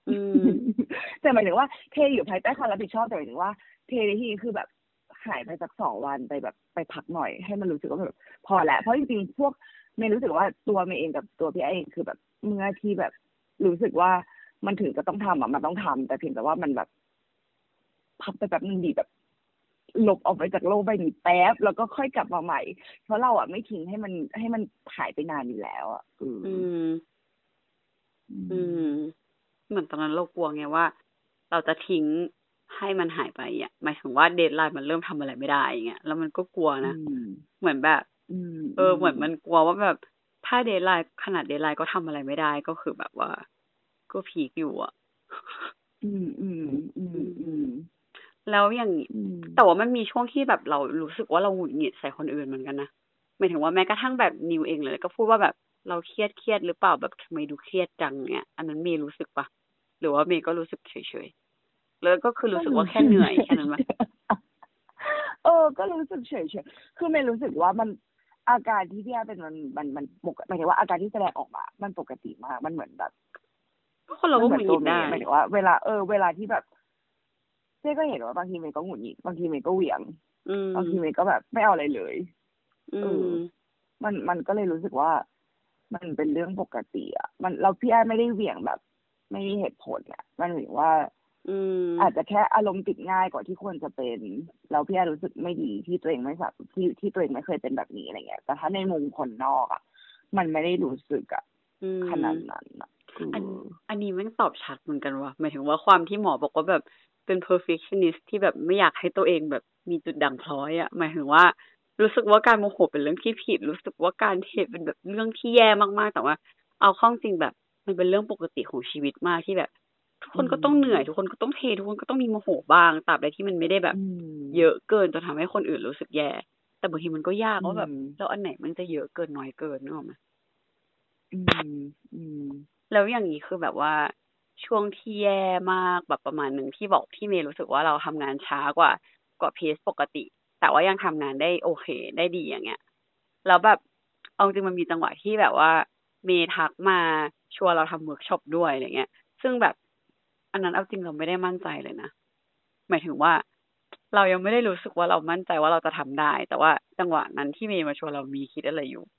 อืมแต่หมายถึงว่าเทอยู่ภายใต้ความรับผิดชอบแต่หมายถึงว่าเทในที่นี้คือแบบหายไปสักสองวันไปแบบไปพักหน่อยให้มันรู้สึกว่าแบบพอแล้วเพราะจริงๆพวกเมย์รู้สึกว่าตัวเมย์เองกับตัวพี่ไอเองคือแบบเมื่อที่แบบรู้สึกว่ามันถึงจะต้องทำอ่ะมันต้องทำแต่เพียงแต่ว่ามันแบบพักไปแบบนึงดีแบบหลบออกไปจากโลกใบนี้แป๊บแล้วก็ค่อยกลับมาใหม่เพราะเราอ่ะไม่ทิ้งให้มันให้มันหายไปนานอยู่แล้วอ่ะอืมอืม อืม เหมือนตอนนั้นเรากลัวไงว่า เราจะทิ้งให้มันหายไปอ่ะหมายถึงว่าเดดไลน์มันเริ่มทำอะไรไม่ได้อย่างเงี้ยแล้วมันก็กลัวนะอืมเหมือนแบบอืมเออ เหมือนมันกลัวว่าแบบ ถ้าเดดไลน์ขนาดเดดไลน์ก็ทำอะไรไม่ได้ก็คือแบบว่า ก็พีคอยู่อ่ะอืมอืมอืมอืมแล้วอย่างนี้อืมแต่ว่ามันมีช่วงที่แบบเรารู้สึกว่าเราหงุดหงิดใส่คนอื่นเหมือนกันนะหมายถึงว่าแม้กระทั่งแบบนิวเองเลยก็พูดว่าแบบเราเครียดเครียดหรือเปล่าแบบทำไมดูเครียดจังเนี่ยอันนั้นเมย์รู้สึกปะหรือว่าเมย์ก็รู้สึกเฉยๆแล้วก็คือรู้สึกว่าแค่เหนื่อยแค่นั้นมั้ยเออก็รู้สึกเฉยๆคือเมย์รู้สึกว่ามันอาการที่พี่อาเป็นมันมันมันปกติหมายถึงว่าอาการที่แสดงออกมามันปกติมากมันเหมือนแบบคนเราก็หงุดหงิดได้หมายถึงว่าเวลาเออเวลาที่แบบเจ๊ก็เห็นว่าบางทีเมย์ก็หงุดหงิดบางทีเมย์ก็เหวี่ยงบางทีเมย์ก็แบบไม่เอาอะไรเลยเออมันมันก็เลยรู้สึกว่ามันเป็นเรื่องปกติอ่ะมันเราพี่แอไม่ได้เหวี่ยงแบบไม่มีเหตุผลอ่ะมันเหมือนว่าอาจจะแค่อารมณ์ติดง่ายกว่าที่ควรจะเป็นแล้วพี่แอรู้สึกไม่ดีที่ตัวเองไม่สับที่ที่ตัวเองไม่เคยเป็นแบบนี้อะไรเงี้ยแต่ถ้าในมุมคนนอกอ่ะมันไม่ได้รู้สึกอ่ะขนาดนั้นอ่ะอันอันนี้แม่งตอบชัดเหมือนกันว่ะหมายถึงว่าความที่หมอบอกว่าแบบเป็น perfectionist ที่แบบไม่อยากให้ตัวเองแบบมีจุดด่างพร้อยอ่ะหมายถึงว่ารู้สึกว่าการโมโหเป็นเรื่องที่ผิดรู้สึกว่าการเทเป็นแบบเรื่องที่แย่มากๆแต่ว่าเอาเข้าจริงแบบมันเป็นเรื่องปกติของชีวิตมากที่แบบทุกคนก็ต้องเหนื่อยทุกคนก็ต้องเททุกคนก็ต้องมีโมโหบ้างตราบใดที่มันไม่ได้แบบเยอะเกินจนทำให้คนอื่นรู้สึกแย่แต่บางทีมันก็ยากว่าแบบแล้วอันไหนมันจะเยอะเกินน้อยเกินนึกออกมั้ยอืมอืมแล้วอย่างนี้คือแบบว่าช่วงที่แย่มากแบบประมาณหนึ่งที่บอกที่เมย์รู้สึกว่าเราทำงานช้ากว่ากว่าเพซปกติแต่ว่ายังทำงานได้โอเคได้ดีอย่างเงี้ยแล้วแบบเอาจริงมันมีจังหวะที่แบบว่าเมย์ทักมาชวนเราทำเวิร์กช็อปด้วยอะไรเงี้ยซึ่งแบบอันนั้นเอาจริงเราไม่ได้มั่นใจเลยนะหมายถึงว่าเรายังไม่ได้รู้สึกว่าเรามั่นใจว่าเราจะทำได้แต่ว่าจังหวะนั้นที่เมย์มาชวนเรามีคิดอะไรอยู่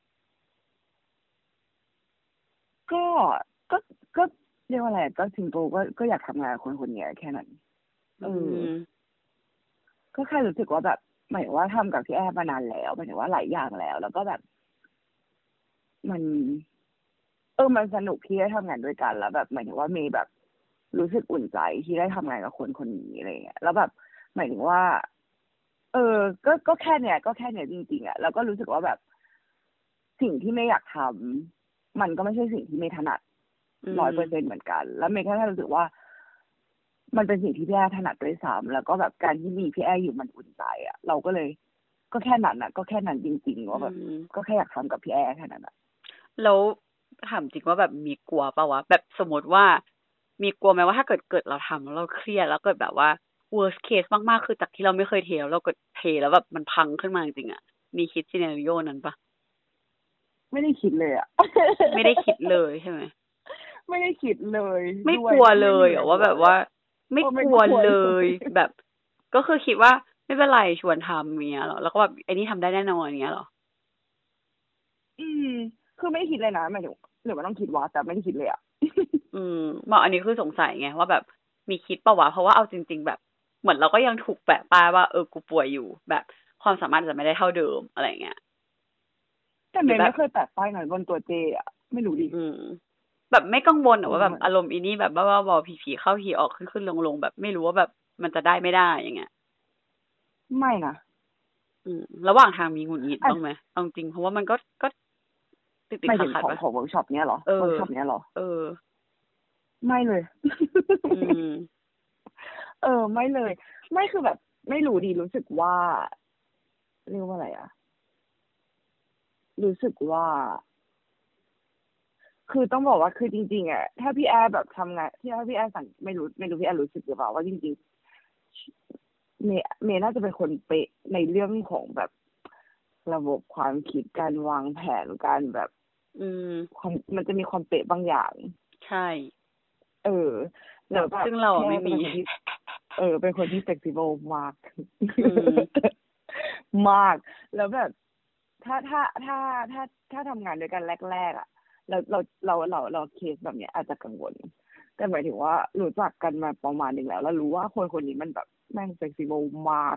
ก็ก็ก็เรียกว่าอะไรก็สิงโตก็ก็อยากทำงานกับคนคนนี้แค่นั้นเออก็แค่รู้สึกว่าแบบหมายถึงว่าทำกับพี่แอร์มานานแล้วหมายถึงว่าหลายอย่างแล้ว แล้วก็แบบ มันเออมันสนุกที่ได้ทำงานด้วยกันแล้วแบบหมายถึงว่ามีแบบรู้สึกอุ่นใจที่ได้ทำงานกับคนคนนี้อะไรเงี้ยแล้วแบบหมายถึงว่า เออ ก็ก็แค่เนี้ยก็แค่เนี้ยจริงๆอ่ะแล้วก็รู้สึกว่าแบบสิ่งที่ไม่อยากทำมันก็ไม่ใช่สิ่งที่ไม่ถนัดร้อยเปอร์เซ็นต์เหมือนกันแล้วเมย์แค่รู้สึกว่ามันเป็นสิ่งที่พี่แอร์ถนัดด้วยซ้ำแล้วก็แบบการที่มีพี่แอร์อยู่มันอุ่นใจอ่ะเราก็เลย ก็แค่นั้นอ่ะก็แค่นั้นจริงๆว่าแบบก็แค่อยากทำกับพี่แอร์แค่นั้นอ่ะแล้วถามจริงว่าแบบมีกลัวป่าววะแบบสมมติว่ามีกลัวไหมว่าถ้าเกิดเกิดเราทำแล้วเราเครียดแล้วเกิดแบบว่า worst case มากๆคือจากที่เราไม่เคยเทแล้วเราเกิดเทแล้วแบบมันพังขึ้นมาจริงๆอ่ะมีคิดซีนาริโอนั้นปะไม่ได้คิดเลยอ่ะไม่ได้คิดเลยใช่ไหมไม่ได้คิดเลยไม่กลัวเลยเหรอว่าแบบว่าไม่กลัวเลยแบบก็คือคิดว่าไม่เป็นไรชวนทำอย่างเงี้ยหรอแล้วก็แบบไอ้นี่ทำได้แน่นอนอย่างเงี้ยหรออืมคือไม่ได้คิดเลยนะหมายถึงหรือว่าต้องคิดว่าแต่ไม่ได้คิดเลยอ่ะอืมมาอันนี้คือสงสัยไงว่าแบบมีคิดป่าววะเพราะว่าเอาจริงๆแบบเหมือนเราก็ยังถูกแปะป้ายว่าเออกูป่วยอยู่แบบความสามารถจะไม่ได้เท่าเดิมอะไรเงี้ยแต่เมย์ไม่เคยแปะป้ายไหนบนตัวเจอ่ะไม่รู้ดิอืมแบบไม่กังวลหรอว่าแบบอารมณ์อีนี่แบบบ้าๆบอผีๆเข้าผีออกขึ้นขึ้นลงลงแบบไม่รู้ว่าแบบมันจะได้ไม่ได้อย่างเงี้ยไม่นะอืมระหว่างทางมีหงุดหงิดบ้างไหมเอาจริงเพราะว่ามันก็ก็ติดติดขัดขัดของของเวิร์กช็อปเนี้ยหรอเวิร์กช็อปเนี้ยหรอเออไม่เลยอืมเออไม่เลยไม่คือแบบไม่รู้ดีรู้สึกว่าเรียกว่าอะไรอ่ะรู้สึกว่าคือต้องบอกว่าคือจริงๆอ่ะถ้าพี่แอร์แบบทำงานที่ถ้าพี่แอร์สั่งไม่รู้ไม่รู้พี่แอร์รู้สึกหรือเปล่าว่าจริงๆเมย์เมย์น่าจะเป็นคนเป๊ะในเรื่องของแบบระบบความคิดการวางแผนการแบบอืมความมันจะมีความเป๊ะบางอย่างใช่เออแล้วแบบซึ่งเราไม่มีเออเป็นคนที่ flexible มากมากแล้วแบบถ้าถ้าถ้าถ้าถ้าทำงานด้วยกันแรกๆอ่ะเราเราเราเราเราเคสแบบเนี้ยอาจจะกังวลแต่หมายถึงว่ารู้จักกันมาประมาณนึงแล้วแล้วรู้ว่าคนคนนี้มันแบบแม่ง flexible มาก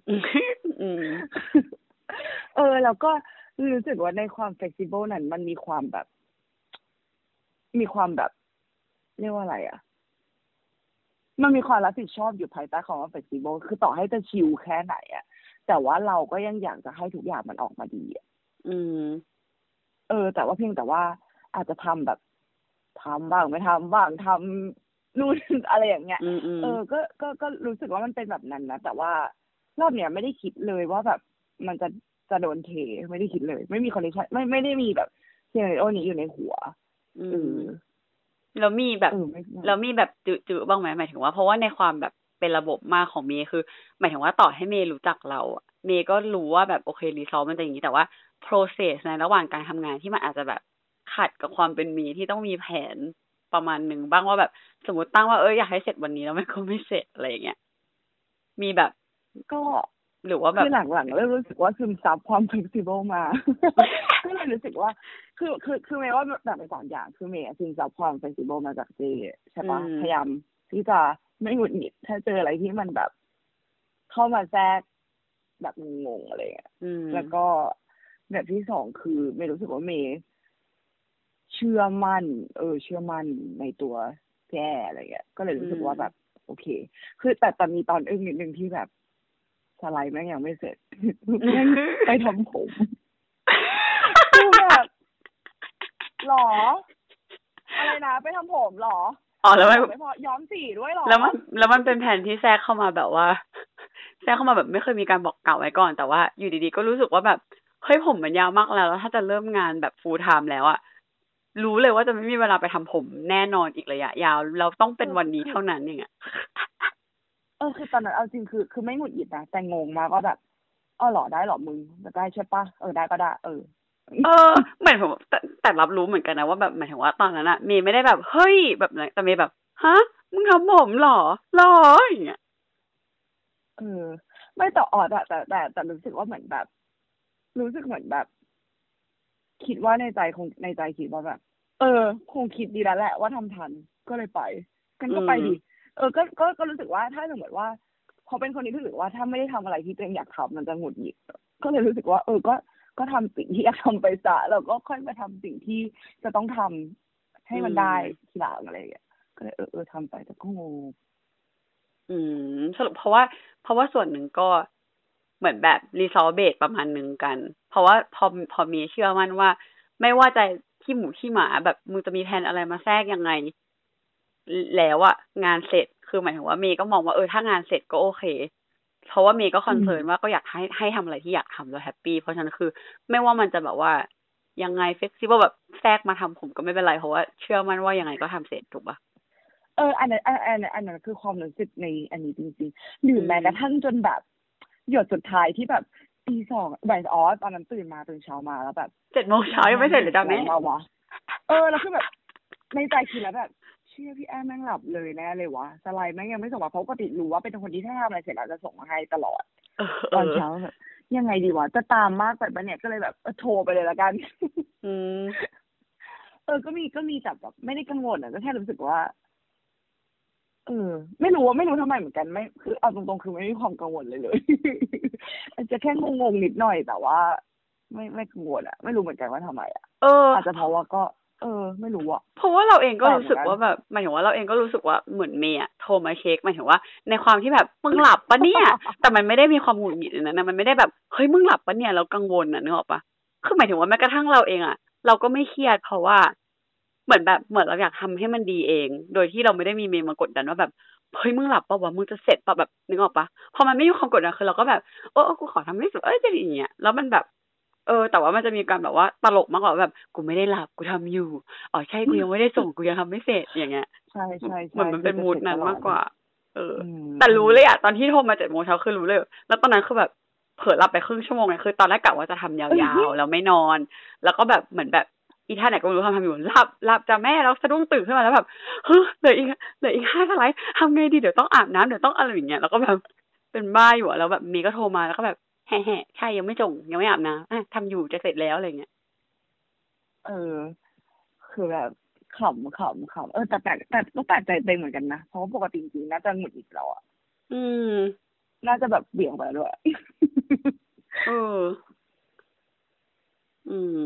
เออแล้วก็รู้สึกว่าในความ flexible นั้นมันมีความแบบมีความแบบเรียกว่าอะไรอ่ะมันมีความรับผิดชอบอยู่ภายใต้คำว่า flexible คือต่อให้จะชิลแค่ไหนอ่ะแต่ว่าเราก็ยังอยากจะให้ทุกอย่างมันออกมาดีอ่ะอืมเออแต่ว่าเพียงแต่ว่าอาจจะทำแบบทำบ้างไม่ทำบ้างทำนู่นอะไรอย่างเงี้ยเออก็ก็ก็รู้สึกว่ามันเป็นแบบนั้นนะแต่ว่ารอบเนี้ยไม่ได้คิดเลยว่าแบบมันจะจะโดนเทไม่ได้คิดเลยไม่มีคอนดิชั่นไม่ไม่ได้มีแบบซีนาริโอนี้อยู่ในหัวอืมแล้วมีแบบแล้วมีแบบจืดๆบ้างไหมหมายถึงว่าเพราะว่าในความแบบเป็นระบบมากของเมย์คือหมายถึงว่าต่อให้เมย์รู้จักเราอ่ะเมย์ก็รู้ว่าแบบโอเครีซอลมันจะอย่างนี้แต่ว่า process ในระหว่างการทำงานที่มันอาจจะแบบขัดกับความเป็นเมย์ที่ต้องมีแผนประมาณนึงบ้างว่าแบบสมมติตั้งว่าเอออยากให้เสร็จวันนี้แล้วมันก็ไม่เสร็จอะไรอย่างเงี้ยมีแบบก็หรือว่าแบบคือหลังๆเริ่มรู้สึกว่าซึมซับความ flexible มาก็เลยรู้สึกว่าคือคือคือเมย์ว่าแบบเป็นสองอย่างคือเมย์ซึมซับความ flexible มาจากเจใช่ปะพยายามที่จะไม่หงุดหงิดถ้าเจออะไรที่มันแบบเข้ามาแทรกแบบงงๆอะไรอย่างเงี้ยแล้วก็แบบที่สองคือเมย์รู้สึกว่าเมย์เชื่อมั่นเออเชื่อมั่นในตัวแกอะไรเงี้ยก็เลยรู้สึกว่าแบบโอเคคือแต่แต่มีตอนอึ้งนิดนึงที่แบบสไลด์แม่งยังไม่เสร็จไปทำผมคือแบบหรออะไรนะไปทำผมหรออ๋อแล้วไม่พอย้อมสีด้วยหรอแล้วมันแล้วมันเป็นแผนที่แทรกเข้ามาแบบว่าแทรกเข้ามาแบบไม่เคยมีการบอกกล่าวไว้ก่อนแต่ว่าอยู่ดีๆก็รู้สึกว่าแบบเฮ้ยผมมันยาวมากแล้วแล้วถ้าจะเริ่มงานแบบ full time แล้วอะรู้เลยว่าจะไม่มีเวลาไปทำผมแน่นอนอีกระยะยาวเราต้องเป็นวันนี้เท่านั้นอย่างเงี้ยเออคือตอนนั้นเอาจริงคือคือไม่หงุดหงิดนะแต่งงมากว่าแบบอ๋อหรอได้หรอมึงจะได้ใช่ปะเออได้ก็ได้เออเออเหมือนผมแต่แต่รับรู้เหมือนกันนะว่าแบบหมายถึงว่าตอนนั้นอะเมย์ไม่ได้แบบเฮ้ยแบบนั้นแต่เมย์แบบฮะมึงทำผมหรอหรออย่างเงี้ยเออไม่แต่ออดอะแต่แต่แต่รู้สึกว่าเหมือนแบบรู้สึกเหมือนแบบคิดว่าในใจคงในใจคิดว่าแบบเออคงคิดดีแล้วแหละว่าทำทันก็เลยไปกันก็ไปดิเออก็ก็ก็รู้สึกว่าถ้าสมมติว่าพอเป็นคนนี้รู้สึกว่าถ้าไม่ได้ทำอะไรที่ตัวเองอยากทำมันจะหงุดหงิดก็เลยรู้สึกว่าเออก็ก็ทำสิ่งที่อยากทำไปซะแล้วก็ค่อยมาทำสิ่งที่จะต้องทำให้มันได้ทีหลังอะไรอย่างเงี้ยก็เลยเออเออทำไปแต่ก็งงอืมสรุปเพราะว่าเพราะว่าส่วนหนึ่งก็เหมือนแบบรีซอลเบสประมาณนึงกันเพราะว่าพอพอมีเชื่อมั่นว่าไม่ว่าจะขี้หมูขี้หมาแบบมึงจะมีแผนอะไรมาแทรกยังไงแล้วอะงานเสร็จคือหมายถึงว่าเมย์ก็มองว่าเออถ้างานเสร็จก็โอเคเพราะว่าเมย์ก็คอนเซิร์นว่าก็อยากให้ให้ทำอะไรที่อยากทำแล้วแฮปปี้เพราะฉะนั้นคือไม่ว่ามันจะแบบว่ายังไงเฟกซิเบิลแบบแทรกมาทำผมก็ไม่เป็นไรเพราะว่าเชื่อมั่นว่ายังไงก็ทำเสร็จถูกปะเอออันนั้นอันอันอันนั้นคือความรู้สึกในอันนี้จริงๆหรือแม้กระทั่งจนแบบหยดสุดท้ายที่แบบตีสองบ่ายอ๋อตอนนั้นตื่นมาตื่นเช้ามาแล้วแบบเจ็ดโมงเช้ายังไม่เสร็จเลยจังเนี่ยเออแล้วคือแบบในใจคิดแล้วแบบเชื่อพี่แอมแม่งหลับเลยแน่เลยวะสไลด์แม่งยังไม่ส่งมาเพราะปกติรู้ว่าเป็นคนที่ถ้าทำอะไรเสร็จแล้วจะส่งมาให้ตลอดตอนเช้าแบบยังไงดีวะจะตามมากไปปะเนี่ยก็เลยแบบโทรไปเลยละกันอืมเออก็มีก็มีแต่แบบไม่ได้กังวลอ่ะก็แค่รู้สึกว่าเออไม่รู้ว่าไม่รู้ทำไมเหมือนกันไม่คือเอาตรงๆคือไม่มีความกังวลเลยเลยอาจจะแค่งงๆนิดหน่อยแต่ว่าไม่ไม่กังวลอ่ะไม่รู้เหมือนกันว่าทำไมอ่ะเอออาจจะเพราะว่าก็เออไม่รู้อ่ะเพราะว่าเราเองก็รู้สึกว่าแบบหมายถึงว่าเราเองก็รู้สึกว่าเหมือนเมย์อะโทรมาเช็คหมายถึงว่าในความที่แบบมึงหลับปะเนี่ยแต่มันไม่ได้มีความหงุดหงิดนะนะมันไม่ได้แบบเฮ้ยมึงหลับปะเนี่ยเรากังวลอ่ะนึกออกปะคือหมายถึงว่าแม้กระทั่งเราเองอ่ะเราก็ไม่เครียดเพราะว่าเหมือนแบบเหมือนเราอยากทำให้มันดีเองโดยที่เราไม่ได้มีเมย์มากดดันว่าแบบเฮ้ยมึงหลับปะวะมึงจะเสร็จปะแบบนึกออกปะพอมันไม่มีความกดดันคือเราก็แบบเออกูขอทำให้สุดเอ้ยจะอย่างเงี้ยแล้วมันแบบเออแต่ว่ามันจะมีการแบบว่าตลกมากกว่าแบบกูไม่ได้หลับกูทำอยู่อ๋อใช่กูยังไม่ได้ส่งกูยังทำไม่เสร็จอย่างเงี้ยใช่ใช่เหมือนมันเป็นมูดนั้นมากกว่าเออมแต่รู้เลยอ่ะตอนที่โทรมาเจ็ดโมงเช้าคือรู้เลยแล้วตอนนั้นคือแบบเผลอหลับไปครึ่งชั่วโมงไงคือตอนแรกกะว่าจะทำยาวๆแล้วไม่นอนแล้วก็แบบเหมือนแบบอีท่าไหนก็ไม่รู้ทำทำอยู่หลับหลับจ้ะแม่แล้วสะดุ้งตื่นขึ้นมาแล้วแบบเฮ้ยเหลืออีกเหลืออีกห้าสไลด์ทำไงดีเดี๋ยวต้องอาบน้ำเดี๋ยวต้องอะไรอย่างเงี้ยแล้วก็แบบเป็นบ้าอยู่อะแล้วแบบเมย์ก็โทรมาแล้วก็แบบแห่ๆใช่ยังไม่ส่งยังไม่อาบน้ำอ่ะทำอยู่จะเสร็จแล้วอะไรเงี้ยเออคือแบบขำขำขำเออแต่แปลกแต่ก็แปลกใจเต็มเหมือนกันนะเพราะว่าปกติจริงๆน่าจะหงุดหงิดเราอ่ะอืมน่าจะแบบเบี่ยงไปด้วยเอออืม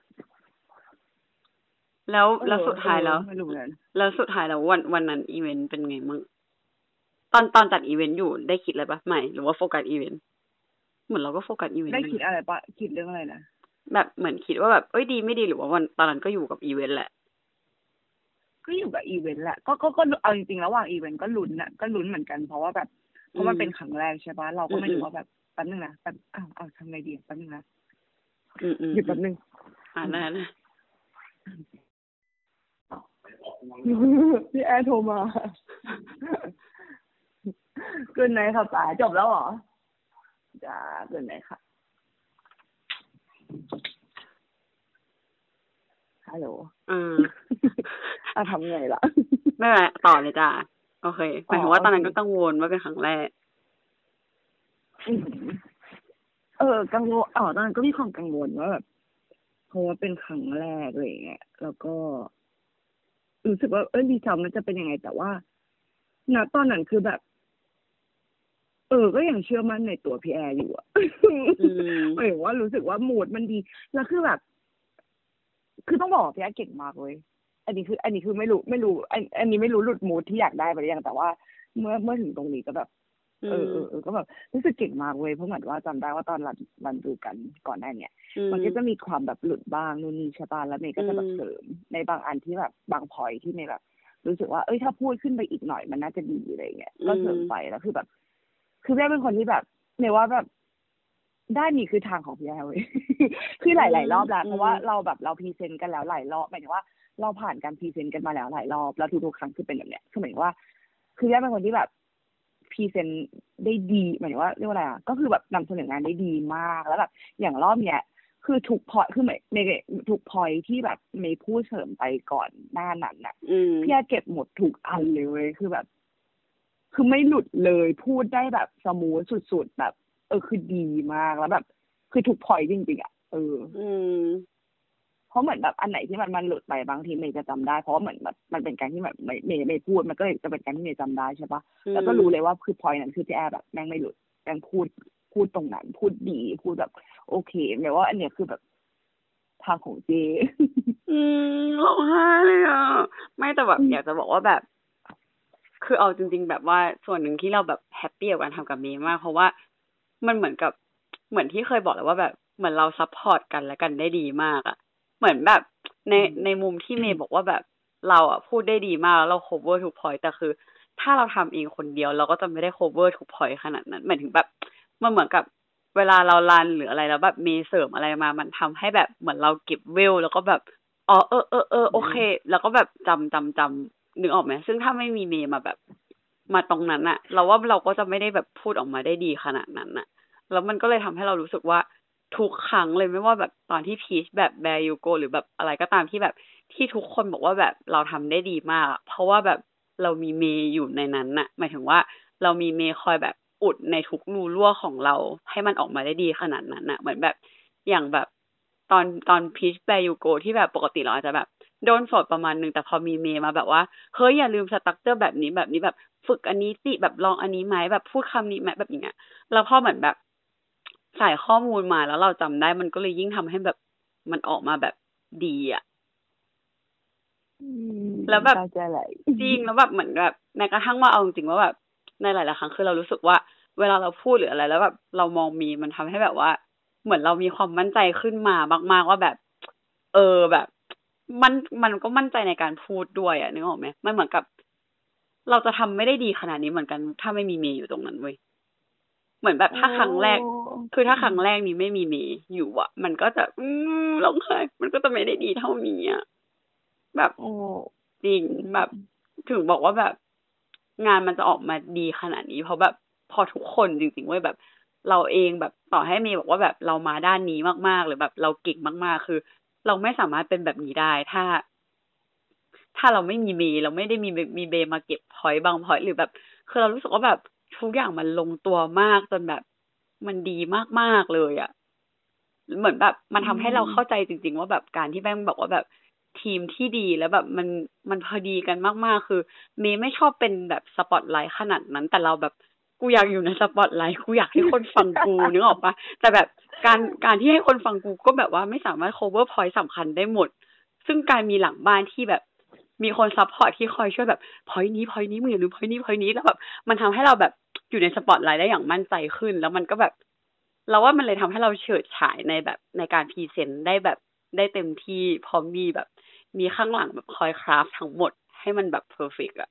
แล้วแล้วสุดท้ายแล้วไม่รู้เหมือนกันแล้วสุดท้ายแล้ววันวันนั้นอีเวนต์เป็นไงมั่งตอนตอนจัดอีเวนต์อยู่ได้คิดอะไรปะไม่หรือว่าโฟกัสอีเวนต์เหมือนเราก็โฟกัสอีเวนต์ได้คิดอะไรปะคิดเรื่องอะไรนะแบบเหมือนคิดว่าแบบเอ้ยดีไม่ดีหรือว่าวันตอนนั้นก็อยู่กับอีเวนต์แหละก็อยู่กับอีเวนต์แหละก็ก็ก็เอาจริงๆระหว่างอีเวนต์ก็ลุ้นน่ะก็ลุ้นเหมือนกันเพราะว่าแบบเพราะมันเป็นครั้งแรกใช่ปะเราก็ไม่รู้ว่าแบบแป๊บนึงนะแป๊บอ้าวอ้าวทำไงดีแป๊บนึงนะอืมอืมหยุดแป๊บนึงอ่านั่นนะพี่แอร์โทรมาเกินไหนค่ะป๋าจบแล้วเหรอจ้าเกินไหนค่ะฮัลโหลอืมอ่ะทำไงล่ะไม่เป็นไรต่อเลยจ้าโอเคหมายถึงว่าตอนนั้นก็กังวลว่าเป็นครั้งแรกเออกังวลอ๋อตอนนั้นก็มีความกังวลว่าแบบเพราะว่าเป็นครั้งแรกอะไรอย่างเงี้ยแล้วก็รู้สึกว่าเออดีจำมันจะเป็นยังไงแต่ว่าณตอนนั้นคือแบบเออก็ยังเชื่อมั่นในตัวพี่แอร์อยู่อ่ะหมายถึงว่ารู้สึกว่ามูดมันดีแล้วคือแบบคือต้องบอกพี่แอร์เก่งมากเลยอันนี้คืออันนี้คือไม่รู้ไม่รู้อันอันนี้ไม่รู้หลุดมูดที่อยากได้ไปหรือยังแต่ว่าเมื่อเมื่อถึงตรงนี้ก็แบบเออเออเออก็แบบรู้สึกเก่งมากเลยเพราะเหมือนว่าจำได้ว่าตอนรันรันดูกันก่อนหน้าเนี้ยมันก็จะมีความแบบหลุดบ้างนู่นนี่ใช่ป่ะแล้วเมย์ก็จะแบบเสริมในบางอันที่แบบบางพอยที่เมย์แบบรู้สึกว่าเอ้ยถ้าพูดขึ้นไปอีกหน่อยมันน่าจะดีอะไรเงี้ยก็เสริมไปแล้วคือแบบคือแม่เป็นคนที่แบบเมย์ว่าแบบได้นี่คือทางของพี่แอร์เว้ยคือหลายๆรอบแล้วเพราะว่าเราแบบเราพรีเซนต์กันแล้วหลายรอบหมายถึงว่าเราผ่านการพรีเซนต์กันมาแล้วหลายรอบแล้วทุกๆครั้งคือเป็นแบบเนี้ยคือหมายถึงว่าคือแม่เป็นคนที่แบบพรีเซนต์ได้ดีหมายถึงว่าเรียกว่าอะไรอ่ะก็คือแบบนำเสนองานได้ดีมากแล้วแบบอย่างรอบเนี้ยคือทุกพอยคือเมย์ทุกพอยที่แบบเมย์พูดเสริมไปก่อนหน้านั้นน่ะพี่แอร์เก็บหมดทุกอันเลยเว้ยคือแบบคือไม่หลุดเลยพูดได้แบบสมูทสุดๆแบบเออคือดีมากแล้วแบบคือทุกพอยจริงๆอ่ะเออเพราะเหมือนแบบอันไหนที่มันมันหลุดไปบางทีเมย์จะจำได้เพราะว่าเหมือนแบบมันเป็นการที่แบบเมย์เมย์ไม่พูดมันก็เลยจะเป็นการที่เมย์จำได้ใช่ปะแล้วก็รู้เลยว่าคือพอยนั้นคือพี่แอร์แบบแม่งไม่หลุดแม่งพูดพูดตรงนั้นพูดดีพูดแบบโอเคแม้ว่าอันเนี้ยคือแบบทางของเจอืมร้องไห้เลยอ่ะไม่แต่แบบอยากจะบอกว่าแบบคือเอาจริงๆแบบว่าส่วนหนึ่งที่เราแบบแฮปปี้กับการทำกับเมย์มากเพราะว่ามันเหมือนกับเหมือนที่เคยบอกแล้วว่าแบบเหมือนเราซัพพอร์ตกันและกันได้ดีมากอ่ะเหมือนแบบในในมุมที่เมย์บอกว่าแบบเราอ่ะพูดได้ดีมากแล้วเรา cover ทุก point แต่คือถ้าเราทำเองคนเดียวเราก็จะไม่ได้ cover ทุก point ขนาดนั้นหมายถึงแบบมันเหมือนกับเวลาเรารันหรืออะไรแล้วแบบเมย์เสริมอะไรมามันทำให้แบบเหมือนเราเก็บเวลแล้วก็แบบอ๋อเออเออเออโอเคแล้วก็แบบจำจำจำนึกออกไหมซึ่งถ้าไม่มีเมย์มาแบบมาตรงนั้นอะเราว่าเราก็จะไม่ได้แบบพูดออกมาได้ดีขนาดนั้นอะแล้วมันก็เลยทำให้เรารู้สึกว่าทุกครั้งเลยไม่ว่าแบบตอนที่พีชแบบแบร์ยูโกหรือแบบอะไรก็ตามที่แบบที่ทุกคนบอกว่าแบบเราทำได้ดีมากเพราะว่าแบบเรามีเมย์อยู่ในนั้นน่ะหมายถึงว่าเรามีเมย์คอยแบบอุดในทุกรูรั่วของเราให้มันออกมาได้ดีขนาดนั้นน่ะเหมือนแบบอย่างแบบตอนตอนพีชแบร์ยูโกที่แบบปกติเราอาจจะแบบโดนสอนประมาณนึงแต่พอมีเมย์มาแบบว่าเฮ้ยอย่าลืมสตรัคเจอร์แบบนี้แบบนี้แบบฝึกอันนี้สิแบบลองอันนี้ไหมแบบพูดคำนี้ไหมแบบอย่างเงี้ยแล้วพอเหมือนแบบใส่ข้อมูลมาแล้วเราจำได้มันก็เลยยิ่งทำให้แบบมันออกมาแบบดีอ่ะแล้วแบบจริงแล้วแบบเหมือนแบบแม้กระทั่งว่าเอาจริงๆว่าแบบในหลายๆครั้งคือเรารู้สึกว่าเวลาเราพูดหรืออะไรแล้วแบบเรามองมีมันทำให้แบบว่าเหมือนเรามีความมั่นใจขึ้นมามากๆว่าแบบเออแบบมันมันก็มั่นใจในการพูดด้วยอ่ะนึกออกไหมมันเหมือนกับเราจะทำไม่ได้ดีขนาดนี้เหมือนกันถ้าไม่มีเมย์อยู่ตรงนั้นเว้ยเหมือนแบบถ้าครั้งแรกคือถ้าครั้งแรกนี้ไม่มีเมย์อยู่อ่ะมันก็จะอืมร้องไห้มันก็จะไม่ได้ดีเท่านี้อ่ะแบบจริงแบบถึงบอกว่าแบบงานมันจะออกมาดีขนาดนี้เพราะแบบพอทุกคนจริงๆเว้ยแบบเราเองแบบต่อให้เมย์บอกว่าแบบเรามาด้านนี้มากๆหรือแบบเราเก่งมากๆคือเราไม่สามารถเป็นแบบนี้ได้ถ้า ถ้าเราไม่มีเมย์เราไม่ได้มีมีเบมาเก็บพอยต์บางพอยต์หรือแบบคือเรารู้สึกว่าแบบทุกอย่างมันลงตัวมากจนแบบมันดีมากๆเลยอ่ะเหมือนแบบมันทำให้เราเข้าใจจริงๆว่าแบบการที่แม่งบอกว่าแบบทีมที่ดีแล้วแบบมันมันพอดีกันมากๆคือเมย์ไม่ชอบเป็นแบบสปอตไลท์ขนาดนั้นแต่เราแบบกูอยากอยู่ในสปอตไลท์กูอยากให้คนฟังกูนึกออกปะแต่แบบการการที่ให้คนฟังกูก็แบบว่าไม่สามารถ cover point สำคัญได้หมดซึ่งการมีหลังบ้านที่แบบมีคนซัพพอร์ตที่คอยช่วยแบบพอยนี้พอยนี้มึงอย่าลืมพอยนี้พอยนี้แล้วแบบมันทำให้เราแบบอยู่ในสปอตไลท์ได้อย่างมั่นใจขึ้นแล้วมันก็แบบเราว่ามันเลยทำให้เราเฉิดฉายในแบบในการพรีเซนต์ได้แบบได้เต็มที่พร้อมมีแบบมีข้างหลังแบบคอยคราฟทั้งหมดให้มันแบบเพอร์เฟกต์อ่ะ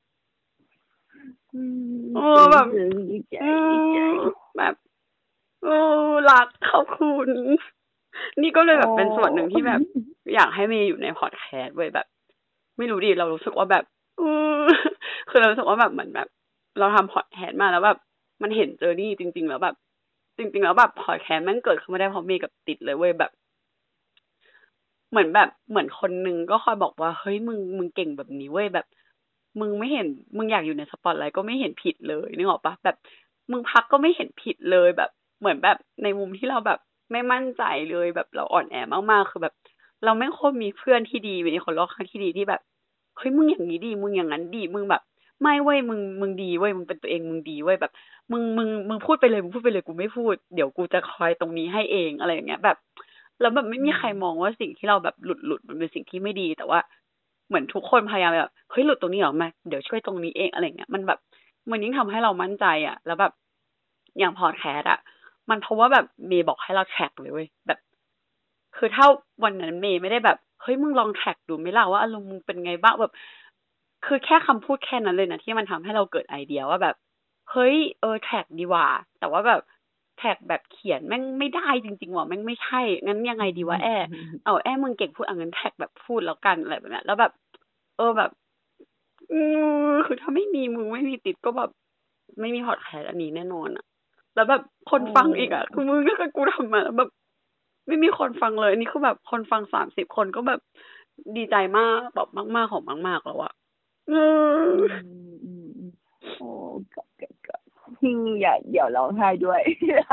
โอ้แบบดีใจดีใจแบบโอ้รักขอบคุณนี่ก็เลยแบบเป็นส่วนหนึ่งที่แบบอยากให้เมย์อยู่ในพอดแคสต์เว้ยแบบไม่รู้ดิเรารู้สึกว่าแบบอือคือเรารู้สึกว่าแบบเหมือนแบบเราทำพอดแคสต์มาแล้วแบบมันเห็นเจอนี่จริงๆแล้วแบบจริงๆแล้วแบบพอดแคสต์มันเกิดขึ้นมาได้เพราะเมย์กับติดเลยเว้ยแบบเหมือนแบบเหมือนคนนึงก็คอยบอกว่าเฮ้ยมึงมึงเก่งแบบนี้เว้ยแบบมึงไม่เห็นมึงอยากอยู่ในสปอตไลท์ก็ไม่เห็นผิดเลยนึกออกปะแบบมึงพักก็ไม่เห็นผิดเลยแบบเหมือนแบบในมุมที่เราแบบไม่มั่นใจเลยแบบเราอ่อนแอมากๆคือแบบเราไม่ค่อยมีเพื่อนที่ดีมีคนรอบข้างที่ดีที่แบบเฮ้ยมึงอย่างนี้ดีมึงอย่างนั้นดีมึงแบบไม่เว้ยมึงมึงดีเว้ยมึงเป็นตัวเองมึงดีเว้ยแบบมึงมึงมึงพูดไปเลยมึงพูดไปเลยกูไม่พูดเดี๋ยวกูจะคอยตรงนี้ให้เองอะไรอย่างเงี้ยแบบแล้วแบบไม่มีใครมองว่าสิ่งที่เราแบบหลุดหลุดมันเป็นสิ่งที่ไม่ดีแต่ว่าเหมือนทุกคนพยายามแบบเฮ้ยหลุดตรงนี้เหรอมาเดี๋ยวช่วยตรงนี้เองอะไรเงี้ยมันแบบมันยิ่งทำให้เรามั่นใจอ่ะแล้วแบบอย่างพอดแคสต์อ่ะมันเพราะว่าแบบเมย์บอกให้เราแท็กเลยเว้ยแบบคือถ้าวันนั้นเมย์ไม่ได้แบบเฮ้ยมึงลองแท็กดูไหมล่ะว่าอารมณ์มึงเป็นไงบ้างแบบคือแค่คำพูดแค่นั้นเลยนะที่มันทำให้เราเกิดไอเดียว่าแบบเฮ้ยเออแท็กดีว่าแต่ว่าแบบแท็กแบบเขียนแม่งไม่ได้จริงๆว่ะแม่งไม่ใช่งั้นยังไงดีวะแอเอาแอมึงเก่งพูดอ่ะงั้นแท็กแบบพูดแล้วกันอะไรแบบนี้แล้วแบบเออแบบอือคือถ้าไม่มีมึงไม่มีติดก็แบบไม่มีพอดแคสต์อันนี้แน่นอนอ่ะแล้วแบบคนฟังอีกอ่ะคือมึงถ้าเกิดกูทำมาแล้วแบบไม่มีคนฟังเลยอันนี้คือแบบคนฟังสามสิบคนก็แบบดีใจมากแบบมากๆของมากๆแล้วอ่ะเออโอ้ก็ก็อย่าเดี๋ยวร้องไห้ด้วย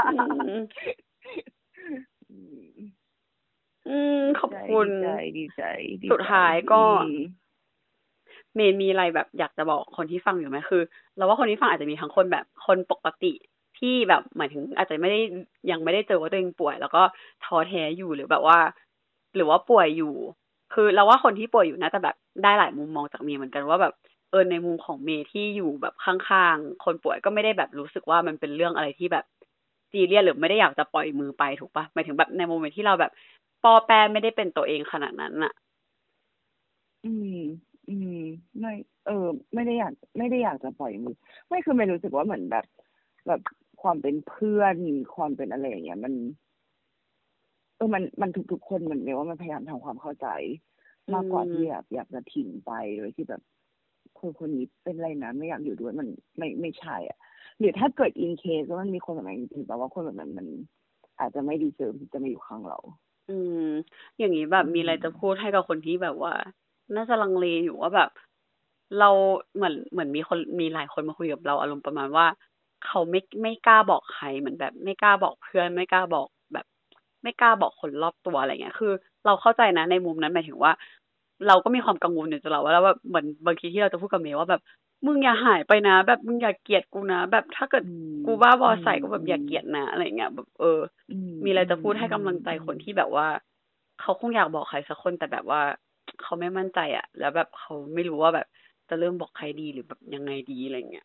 อืมขอบคุณดีใจดีใจสุดท้ายก็เมย์มีอะไรแบบอยากจะบอกคนที่ฟังอยู่ไหมคือเราว่าคนที่ฟังอาจจะมีทั้งคนแบบคนปกติที่แบบหมายถึงอาจจะไม่ได้ยังไม่ได้เจอว่าตัวเองป่วยแล้วก็ท้อแท้อยู่หรือแบบว่าหรือว่าป่วยอยู่คือเราว่าคนที่ป่วยอยู่น่าจะแบบได้หลายมุมมองจากเมย์เหมือนกันว่าแบบเออในมุมของเมย์ที่อยู่แบบข้างๆคนป่วยก็ไม่ได้แบบรู้สึกว่ามันเป็นเรื่องอะไรที่แบบซีเรียสหรือไม่ได้อยากจะปล่อยมือไปถูกปะหมายถึงแบบในโมเมนต์ที่เราแบบปอแปไม่ได้เป็นตัวเองขนาดนั้นน่ะอืมอืมไม่เออไม่ได้อยากไม่ได้อยากจะปล่อยมือไม่คือไม่รู้สึกว่าเหมือนแบบแบบความเป็นเพื่อนความเป็นอะไรอย่างเงี้ยมันเออมันมันทุกๆคนเหมือนเลยว่ามันพยายามทำความเข้าใจมากกว่าที่แบบอยากจะทิ้งไปโดยที่แบบคนคนนี้เป็นไรนะไม่อยากอยู่ด้วยมันไม่ไม่ใช่อ่ะหรือถ้าเกิดอินเคสว่ามันมีคนแบบนั้นจริงๆแปลว่าคนแบบนั้นมันอาจจะไม่ดีเซอร์ที่จะมาอยู่ข้างเราอืมอย่างนี้แบบมีอะไรจะพูดให้กับคนที่แบบว่าน่าจะลังเลอยู่ว่าแบบเราเหมือนเหมือนมีคนมีหลายคนมาคุยกับเราอารมณ์ประมาณว่าเขาไม่ไม่กล้าบอกใครเหมือนแบบไม่กล้าบอกเพื่อนไม่กล้าบอกแบบไม่กล้าบอกคนรอบตัวอะไรเงี้ยคือเราเข้าใจนะในมุมนั้นหมายถึงว่าเราก็มีความกังวลอยู่ตลอดว่าแล้วแบบเหมือนบางทีที่เราจะพูดกับเมย์ว่าแบบมึงอย่าหายไปนะแบบมึงอย่าเกลียดกูนะแบบถ้าเกิดกูบ้าบอใส่ก็แบบอย่าเกลียดนะอะไรเงี้ยแบบเออมีอะไรจะพูดให้กำลังใจคนที่แบบว่าเขาคงอยากบอกใครสักคนแต่แบบว่าเขาไม่มั่นใจอ่ะแล้วแบบเขาไม่รู้ว่าแบบจะเริ่มบอกใครดีหรือแบบยังไงดีอะไรเงี้ย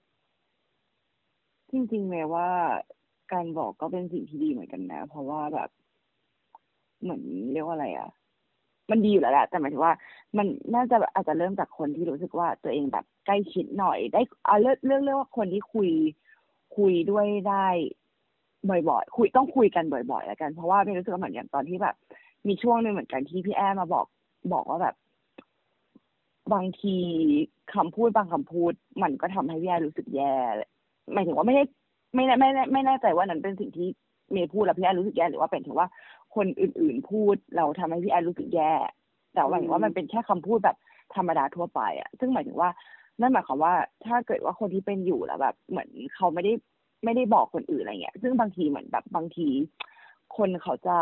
จริงๆแม้ว่าการบอกก็เป็นสิ่งที่ดีเหมือนกันนะเพราะว่าแบบเหมือนเรียกว่าอะไรอ่ะมันดีอยู่แล้วแหละแต่หมายถึงว่ามันน่าจะอาจจะเริ่มจากคนที่รู้สึกว่าตัวเองแบบใกล้ชิดหน่อยได้เอาเลือกเลือกเลือกว่าคนที่คุยคุยด้วยได้บ่อยๆคุยต้องคุยกันบ่อยๆแล้วกันเพราะว่าไม่รู้สึกว่าเหมือนอย่างตอนที่แบบมีช่วงนึงเหมือนกันที่พี่แอมมาบอกบอกว่าแบบบางทีคำพูดบางคำพูดมันก็ทำให้พี่แอรู้สึกแย่หมายถึงว่าไม่ได้ไม่แน่ไม่แน่ไม่แน่ใจว่านั้นเป็นสิ่งที่เมย์พูดแล้วพี่แอนรู้สึกแย่หรือว่าเป็นถึงว่าคนอื่นๆพูดเราทำให้พี่แอนรู้สึกแย่แต่หมายถึงว่ามันเป็นแค่คำพูดแบบธรรมดาทั่วไปอ่ะซึ่งหมายถึงว่านั่นหมายความว่าถ้าเกิดว่าคนที่เป็นอยู่แล้วแบบเหมือนเขาไม่ได้ไม่ได้บอกคนอื่นอะไรเงี้ยซึ่งบางทีเหมือนแบบบางทีคนเขาจะ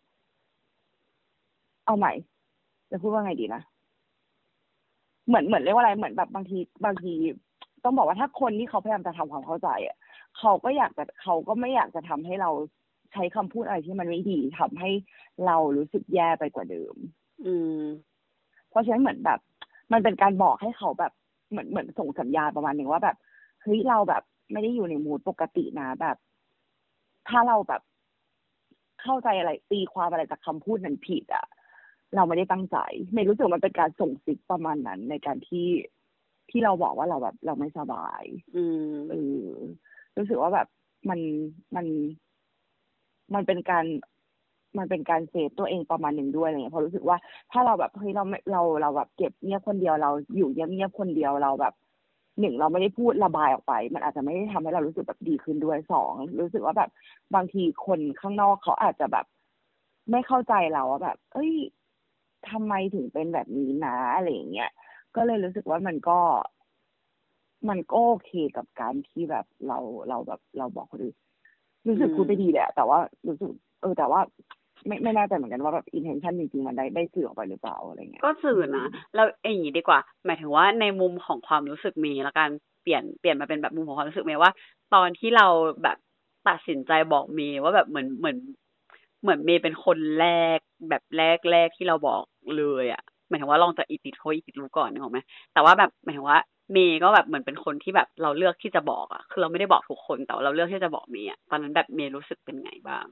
เอาใหม่จะพูดว่าไงดีนะเหมือนเหมือนเรียกว่าอะไรเหมือนแบบบางทีบางทีต้องบอกว่าถ้าคนที่เขาพยายามจะทำความเข้าใจอ่ะเขาก็อยากจะเขาก็ไม่อยากจะทำให้เราใช้คำพูดอะไรที่มันไม่ดีทำให้เรารู้สึกแย่ไปกว่าเดิมอืมเพราะฉะนั้นเหมือนแบบมันเป็นการบอกให้เขาแบบเหมือนเหมือนส่งสัญญาณประมาณหนึ่งว่าแบบเฮ้ยเราแบบไม่ได้อยู่ในมูดปกตินะแบบถ้าเราแบบเข้าใจอะไรตีความอะไรจากคำพูดนั้นผิดอ่ะเราไม่ได้ตั้งใจไม่รู้สึกมันเป็นการส่งสิกประมาณนั้นในการที่ที่เราบอกว่าเราแบบเราไม่สบายอืมเออรู้สึกว่าแบบมันมันมันเป็นการมันเป็นการเซฟตัวเองประมาณหนึ่งด้วยอะไรเงี้ยเพราะรู้สึกว่าถ้าเราแบบเฮ้ยเราไม่เราเราแบบเก็บเงียบคนเดียวเราอยู่เงียบเงียบคนเดียวเราแบบหนึ่งเราไม่ได้พูดระบายออกไปมันอาจจะไม่ได้ทำให้เรารู้สึกแบบดีขึ้นด้วยสองรู้สึกว่าแบบบางทีคนข้างนอกเขาอาจจะแบบไม่เข้าใจเราว่าแบบเอ้ยทำไมถึงเป็นแบบนี้นะอะไรอย่างเงี้ยก็เลยรู้สึกว่ามันก็มันก็โอเคกับการที่แบบเราเราแบบเราบอกคนอื่นรู้สึกพูดไปดีแหละแต่ว่ารู้สึกเออแต่ว่าไม่ไม่แน่ใจเหมือนกันว่าแบบ intention จริงๆมันได้ได้สื่อออกไปหรือเปล่าอะไรเงี้ยก็สื่อนะเราอย่างนี้ดีกว่าหมายถึงว่าในมุมของความรู้สึกเมย์ละกันเปลี่ยนเปลี่ยนมาเป็นแบบมุมของความรู้สึกเมย์ว่าตอนที่เราแบบตัดสินใจบอกเมย์ว่าแบบเหมือนเหมือนเหมือนเมย์เป็นคนแรกแบบแรกแรกที่เราบอกเลยอ่ะหมายถึงว่าลองจากอีปิดโทอีปิดรู้ก่อนนึกออกไหมแต่ว่าแบบหมายถึงว่าเมย์ก็แบบเหมือนเป็นคนที่แบบเราเลือกที่จะบอกอ่ะคือเราไม่ได้บอกทุกคนแต่เราเลือกที่จะบอกเมย์อ่ะตอนนั้นแบบเมย์รู้สึกเป็นไงบ้าง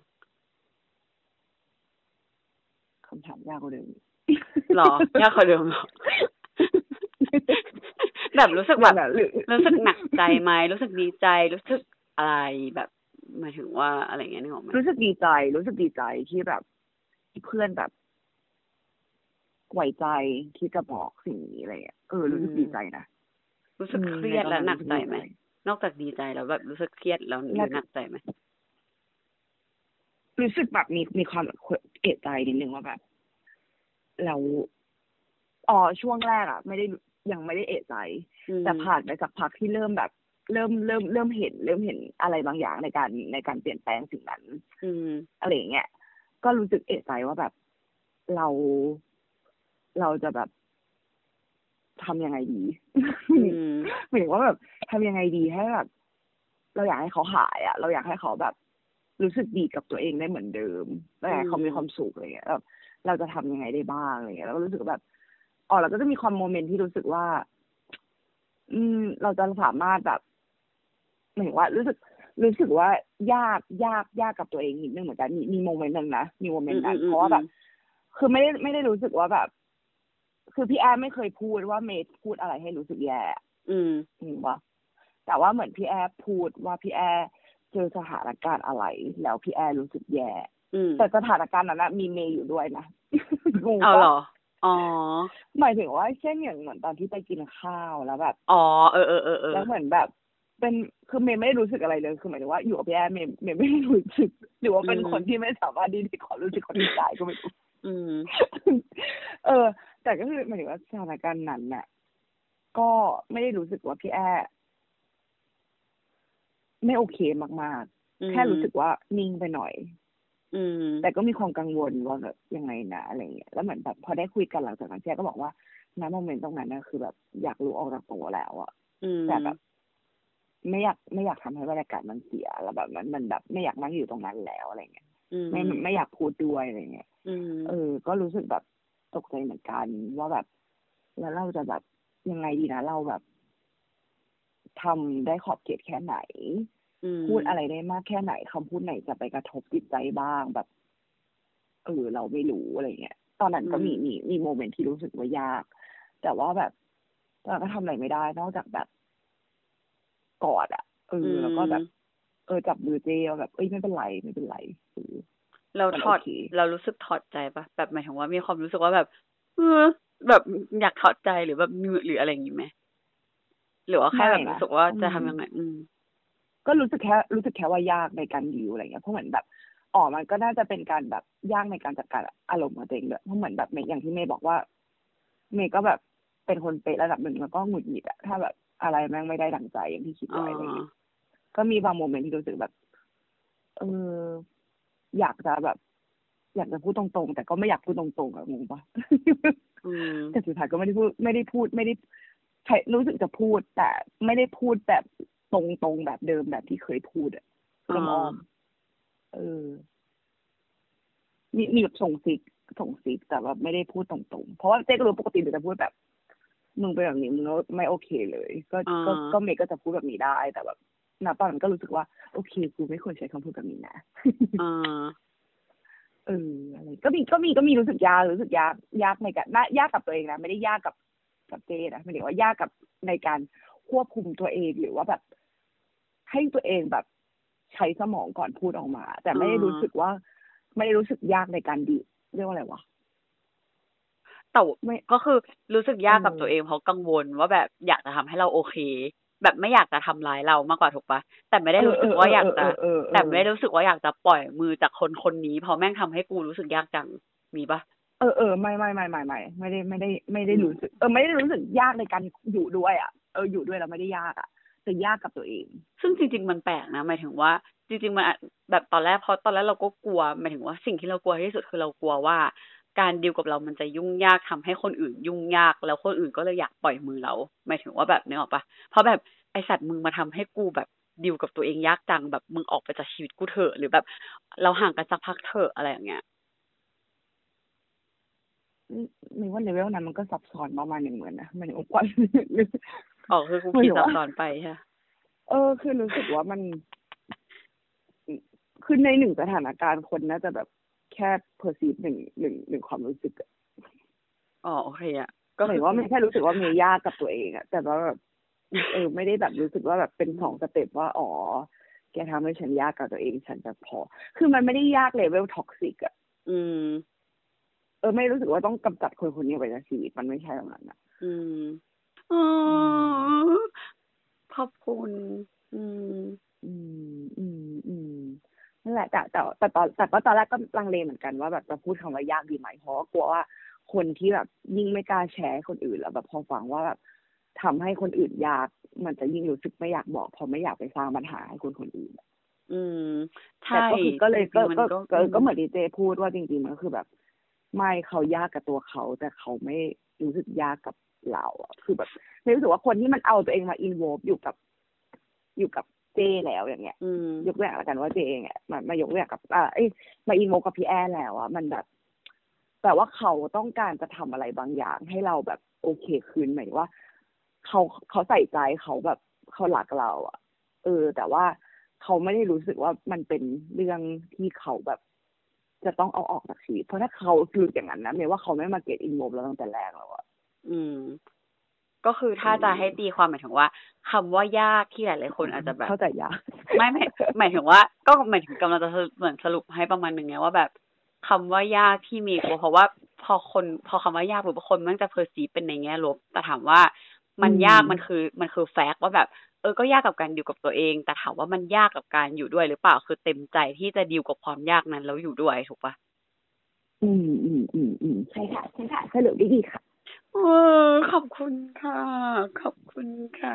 คำถามยากกว่าเดิมหรอยากกว่าเดิมหรอแบบรู้สึกแบบรู้สึกหนักใจไหมรู้สึกดีใจรู้สึกอะไรแบบหมายถึงว่าอะไรเงี้ยนึกออกไหมรู้สึกดีใจรู้สึกดีใจที่แบบเพื่อนแบบไว้ใจที่จะบอกสิ่งนี้อะไรเงี้ยเออรู้สึกดีใจนะรู้สึกเครียดและหนักใจไหมนอกจากดีใจแล้วแบบรู้สึกเครียดแล้วหรือหนักใจไหมรู้สึกแบบมีมีความเอะใจนิดนึงว่าแบบเราอ๋อช่วงแรกอ่ะไม่ได้ยังไม่ได้เอะใจแต่ผ่านไปสักพักที่เริ่มแบบเริ่มเริ่มเริ่มเห็นเริ่มเห็นอะไรบางอย่างในการในการเปลี่ยนแปลงสิ่งนั้นอะไรอย่างเงี้ยก็รู้สึกเอะใจว่าแบบเราเราจะแบบทำยังไงดีหมายถึงว่าแบบทำยังไงดีให้แบบเราอยากให้เขาหายอ่ะเราอยากให้เขาแบบรู้สึกดีกับตัวเองได้เหมือนเดิมเราอยากให้เขามีความสุขอะไรเงี้ยแบบเราจะทำยังไงได้บ้างอะไรเงี้ยแล้วก็รู้สึกแบบอ๋อเราก็จะมีความโมเมนต์ที่รู้สึกว่าอืมเราจะสามารถแบบหมายถึงว่ารู้สึกรู้สึกว่ายากยากยากกับตัวเองนิดนึงเหมือนกันมีมีโมเมนต์นึงนะมีโมเมนต์นั้นเพราะว่าแบบคือไม่ได้ไม่ได้รู้สึกว่าแบบคือพี่แอร์ไม่เคยพูดว่าเมย์พูดอะไรให้รู้สึกแย่อืมอืมว่าแต่ว่าเหมือนพี่แอร์พูดว่าพี่แอร์เจอสถานการณ์อะไรแล้วพี่แอร์รู้สึกแย่แต่สถานการณ์นั้นนะมีเมย์อยู่ด้วยนะเอาเหรออ๋อหมายถึงว่าเช่นอย่างเหมือนตอนที่ไปกินข้าวแล้วแบบอ๋อเออเออเออแล้วเหมือนแบบเป็นคือเมย์ไม่ได้รู้สึกอะไรเลยคือหมายถึงว่าอยู่กับพี่แอร์เมย์เมย์ไม่ได้รู้สึกหรือว่าเป็นคนที่ไม่สามารถดีที่ขอรู้สึกคนอื่นได้ก็ไม่รู้อืมเออแต่ก็คือหมายถึงว่าสถานการณ์นั้นน่ะก็ไม่ได้รู้สึกว่าพี่แอร์ไม่โอเคมากๆแค่รู้สึกว่านิ่งไปหน่อยอืมแต่ก็มีความกังวลว่าแบบยังไงนะอะไรเงี้ยแล้วเหมือนแบบพอได้คุยกันหลังจากนั้นพี่แอร์ก็บอกว่าณโมเมนต์ตรงนั้นน่ะคือแบบอยากรู้ออกจากตัวแล้วอ่ะแต่แบบไม่อยากไม่อยากทำให้บรรยากาศมันเสียแล้วแบบมันมันแบบไม่อยากนั่งอยู่ตรงนั้นแล้วอะไรเงี้ยไม่ไม่อยากพูดด้วยอะไรเงี้ยเออก็รู้สึกแบบตกใจเหมือนกันว่าแบบแล้วเราจะแบบยังไงดีนะเราแบบทำได้ขอบเขตแค่ไหนพูดอะไรได้มากแค่ไหนคำพูดไหนจะไปกระทบจิตใจบ้างแบบเออเราไม่รู้อะไรเงี้ยตอนนั้นก็มีมีมีโมเมนต์ที่รู้สึกว่ายากแต่ว่าแบบเราก็ทำอะไรไม่ได้นอกจากแบบกอดอ่ะเออแล้วก็แบบเออจับมือเจลแบบเอ้ยไม่เป็นไรไม่เป็นไรเราถอดเรารู้สึกถอดใจปะแบบหมายถึงว่ามีความรู้สึกว่าแบบเออแบบอยากถอดใจหรือแบบหรืออะไรอย่างงี้ไหมหรือว่าแค่แบบรู้สึกว่าจะทำยังไงอืมก็รู้สึกแค่รู้สึกแค่ว่ายากในการดิวอะไรเงี้ยเพราะเหมือนแบบอ๋อมันก็น่าจะเป็นการแบบยากในการจัดการอารมณ์ของตัวเองด้วยเพราะเหมือนแบบอย่างที่เมย์บอกว่าเมย์ก็แบบเป็นคนเป๊ะระดับหนึ่งแล้วก็หงุดหงิดอะถ้าแบบอะไรแม่งไม่ได้ดังใจอย่างที่คิดไว้อะไรเงี้ยก็มีบางโมเมนต์ที่รู้สึกแบบเอออยากจะแบบอยากจะพูดตรงๆแต่ก็ไม่อยากพูดตรงๆอะงงปะแต่สุดท้ายก็ไม่ได้พูดไม่ได้พูดไม่ได้ใช่รู้สึกจะพูดแต่ไม่ได้พูดแบบตรงๆแบบเดิมแบบที่เคยพูดอะอ้อมเออมีมีแบบส่งซิกส่งซิกแต่ว่าไม่ได้พูดตรงๆเพราะว่าเจ๊ก็รู้ปกติเดี๋ยวจะพูดแบบมึงเป็นแบบนี้มึงไม่โอเคเลยก็ก็ก็เมย์ก็จะพูดแบบนี้ได้แต่แบบณตอนนั้นก็รู้สึกว่าโอเคกูไม่ควรใช้คำพูดแบบนี้นะเอออะไรก็มีก็มีก็มีรู้สึกยากรู้สึกยากยากในการน่ายากกับตัวเองนะไม่ได้ยากกับกับเจ๊นะหมายถึงว่ายากกับในการควบคุมตัวเองหรือว่าแบบให้ตัวเองแบบใช้สมองก่อนพูดออกมาแต่ไม่ได้รู้สึกว่าไม่ได้รู้สึกยากในการดีเรียกว่าอะไรวะแต่ก็คือรู้สึกยากกับตัวเองเพราะกังวลว่าแบบอยากจะทำให้เราโอเคแบบไม่อยากจะทำร้ายเรามากกว่าถูกปะแต่ไม่ได้รู้สึกว่าอยากจะแต่ไม่ได้รู้สึกว่าอยากจะปล่อยมือจากคนคนนี้เพราะแม่งทำให้กูรู้สึกยากจังมีปะเออเออไม่ไม่ไม่ไม่ไม่ไม่ได้ไม่ได้ไม่ได้รู้สึกเออไม่ได้รู้สึกยากในการอยู่ด้วยอ่ะเอออยู่ด้วยแล้วไม่ได้ยากอ่ะแต่ยากกับตัวเองซึ่งจริงๆมันแปลกนะหมายถึงว่าจริงๆมันแบบตอนแรกเพราะตอนแรกเราก็กลัวหมายถึงว่าสิ่งที่เรากลัวที่สุดคือเรากลัวว่าการดีลกับเรามันจะยุ่งยากทำให้คนอื่นยุ่งยากแล้วคนอื่นก็เลยอยากปล่อยมือเราหมายถึงว่าแบบนึกออกปะเพราะแบบไอสัตว์มึงมาทำให้กูแบบดีลกับตัวเองยากจังแบบมึงออกไปจากชีวิตกูเถอะหรือแบบเราห่างกันสักพักเถอะอะไรอย่างเงี้ยนึกว่าเลเวลนั้นมันก็ซับซ้อนประมาณหนึ่งเหมือนนะมันองค์กรอ๋อคือกูคิดซับซ้อนไปใช่เออคือรู้สึกว่ามันคือในหนึ่งสถานการณ์คนน่าจะแบบแค่เพอร์ซีฟหนึ่งหนึ่งหนึ่งความรู้สึกอะอ๋อโอเคอะก็หมายว่าไม่แค่รู้สึกว่ามียากกับตัวเองอะแต่ว่าแบบเออไม่ได้แบบรู้สึกว่าแบบเป็นสองสเต็ปว่าอ๋อแกทำให้ฉันยากกับตัวเองฉันจะพอคือมันไม่ได้ยากเลเวลท็อกซิกอะอืมเออไม่รู้สึกว่าต้องกำจัดคนคนนี้ไปจากชีวิตมันไม่ใช่แบบนั้นอะอืมอ๋อขอบคุณอืมอืมอืมอืมนั่นแหละแต่แต่แต่ตอนแต่ก็ตอนแรกก็ลังเลเหมือนกันว่าแบบจะพูดคำว่ายากดีไหมเพราะกลัวว่าคนที่แบบยิ่งไม่กล้าแชร์คนอื่นแล้วแบบพอฟังว่าแบบทำให้คนอื่นยากมันจะยิ่งรู้สึกไม่อยากบอกเพราะไม่อยากไปสร้างปัญหาให้คนคนอื่นอืมใช่แต่ก็คือก็เลยก็ก็ก็ก็เหมือนดีเจพูดว่าจริงๆมันคือแบบไม่เขายากกับตัวเขาแต่เขาไม่รู้สึกยากกับเราอ่ะคือแบบไม่รู้สึกว่าคนที่มันเอาตัวเองมาอินโวลฟอยู่กับอยู่กับเจแล้วอย่างเงี้ยยกตัวอย่างละกันว่าเจเองอ่ะมามายกตัวอย่างกับอ่าเอ้ยมาอินโวลฟกับพี่แอร์แล้วอ่ะมันแบบแต่ว่าเขาต้องการจะทำอะไรบางอย่างให้เราแบบโอเคคืนหมายว่าเขาเขาใส่ใจเขาแบบเขาหลักเราอ่ะเออแต่ว่าเขาไม่ได้รู้สึกว่ามันเป็นเรื่องที่เขาแบบจะต้องเอาออกจากชีวิตเพราะถ้าเขาคืออย่างนั้นนะเมย์ว่าเขาไม่มาเก็ตอินโวลฟเราตั้งแต่แรกแล้วอ่ะอืมก็คือถ้าจะให้ตีความหมายถึงว่าคำว่ายากที่หลายๆคนอาจจะแบบเข้าใจยากไม่ไม่หมายถึงว่าก็หมายถึงกำลังจะเหมือนสรุปให้ประมาณนึงไงว่าแบบคำว่ายากที่มีกลัวเพราะว่าพอคนพอคำว่ายากปุ๊บคนมันจะเพอร์ซีฟเป็นในแง่ลบแต่ถามว่ามันยากมันคือมันคือแฟกต์ว่าแบบเออก็ยากกับการดิวกับตัวเองแต่ถามว่ามันยากกับการอยู่ด้วยหรือเปล่าคือเต็มใจที่จะดิวกับความยากนั้นแล้วอยู่ด้วยถูกปะอืมอืมอืมอืมใช่ค่ะใช่ค่ะสรุปได้ดีค่ะเออขอบคุณค่ะขอบคุณค่ะ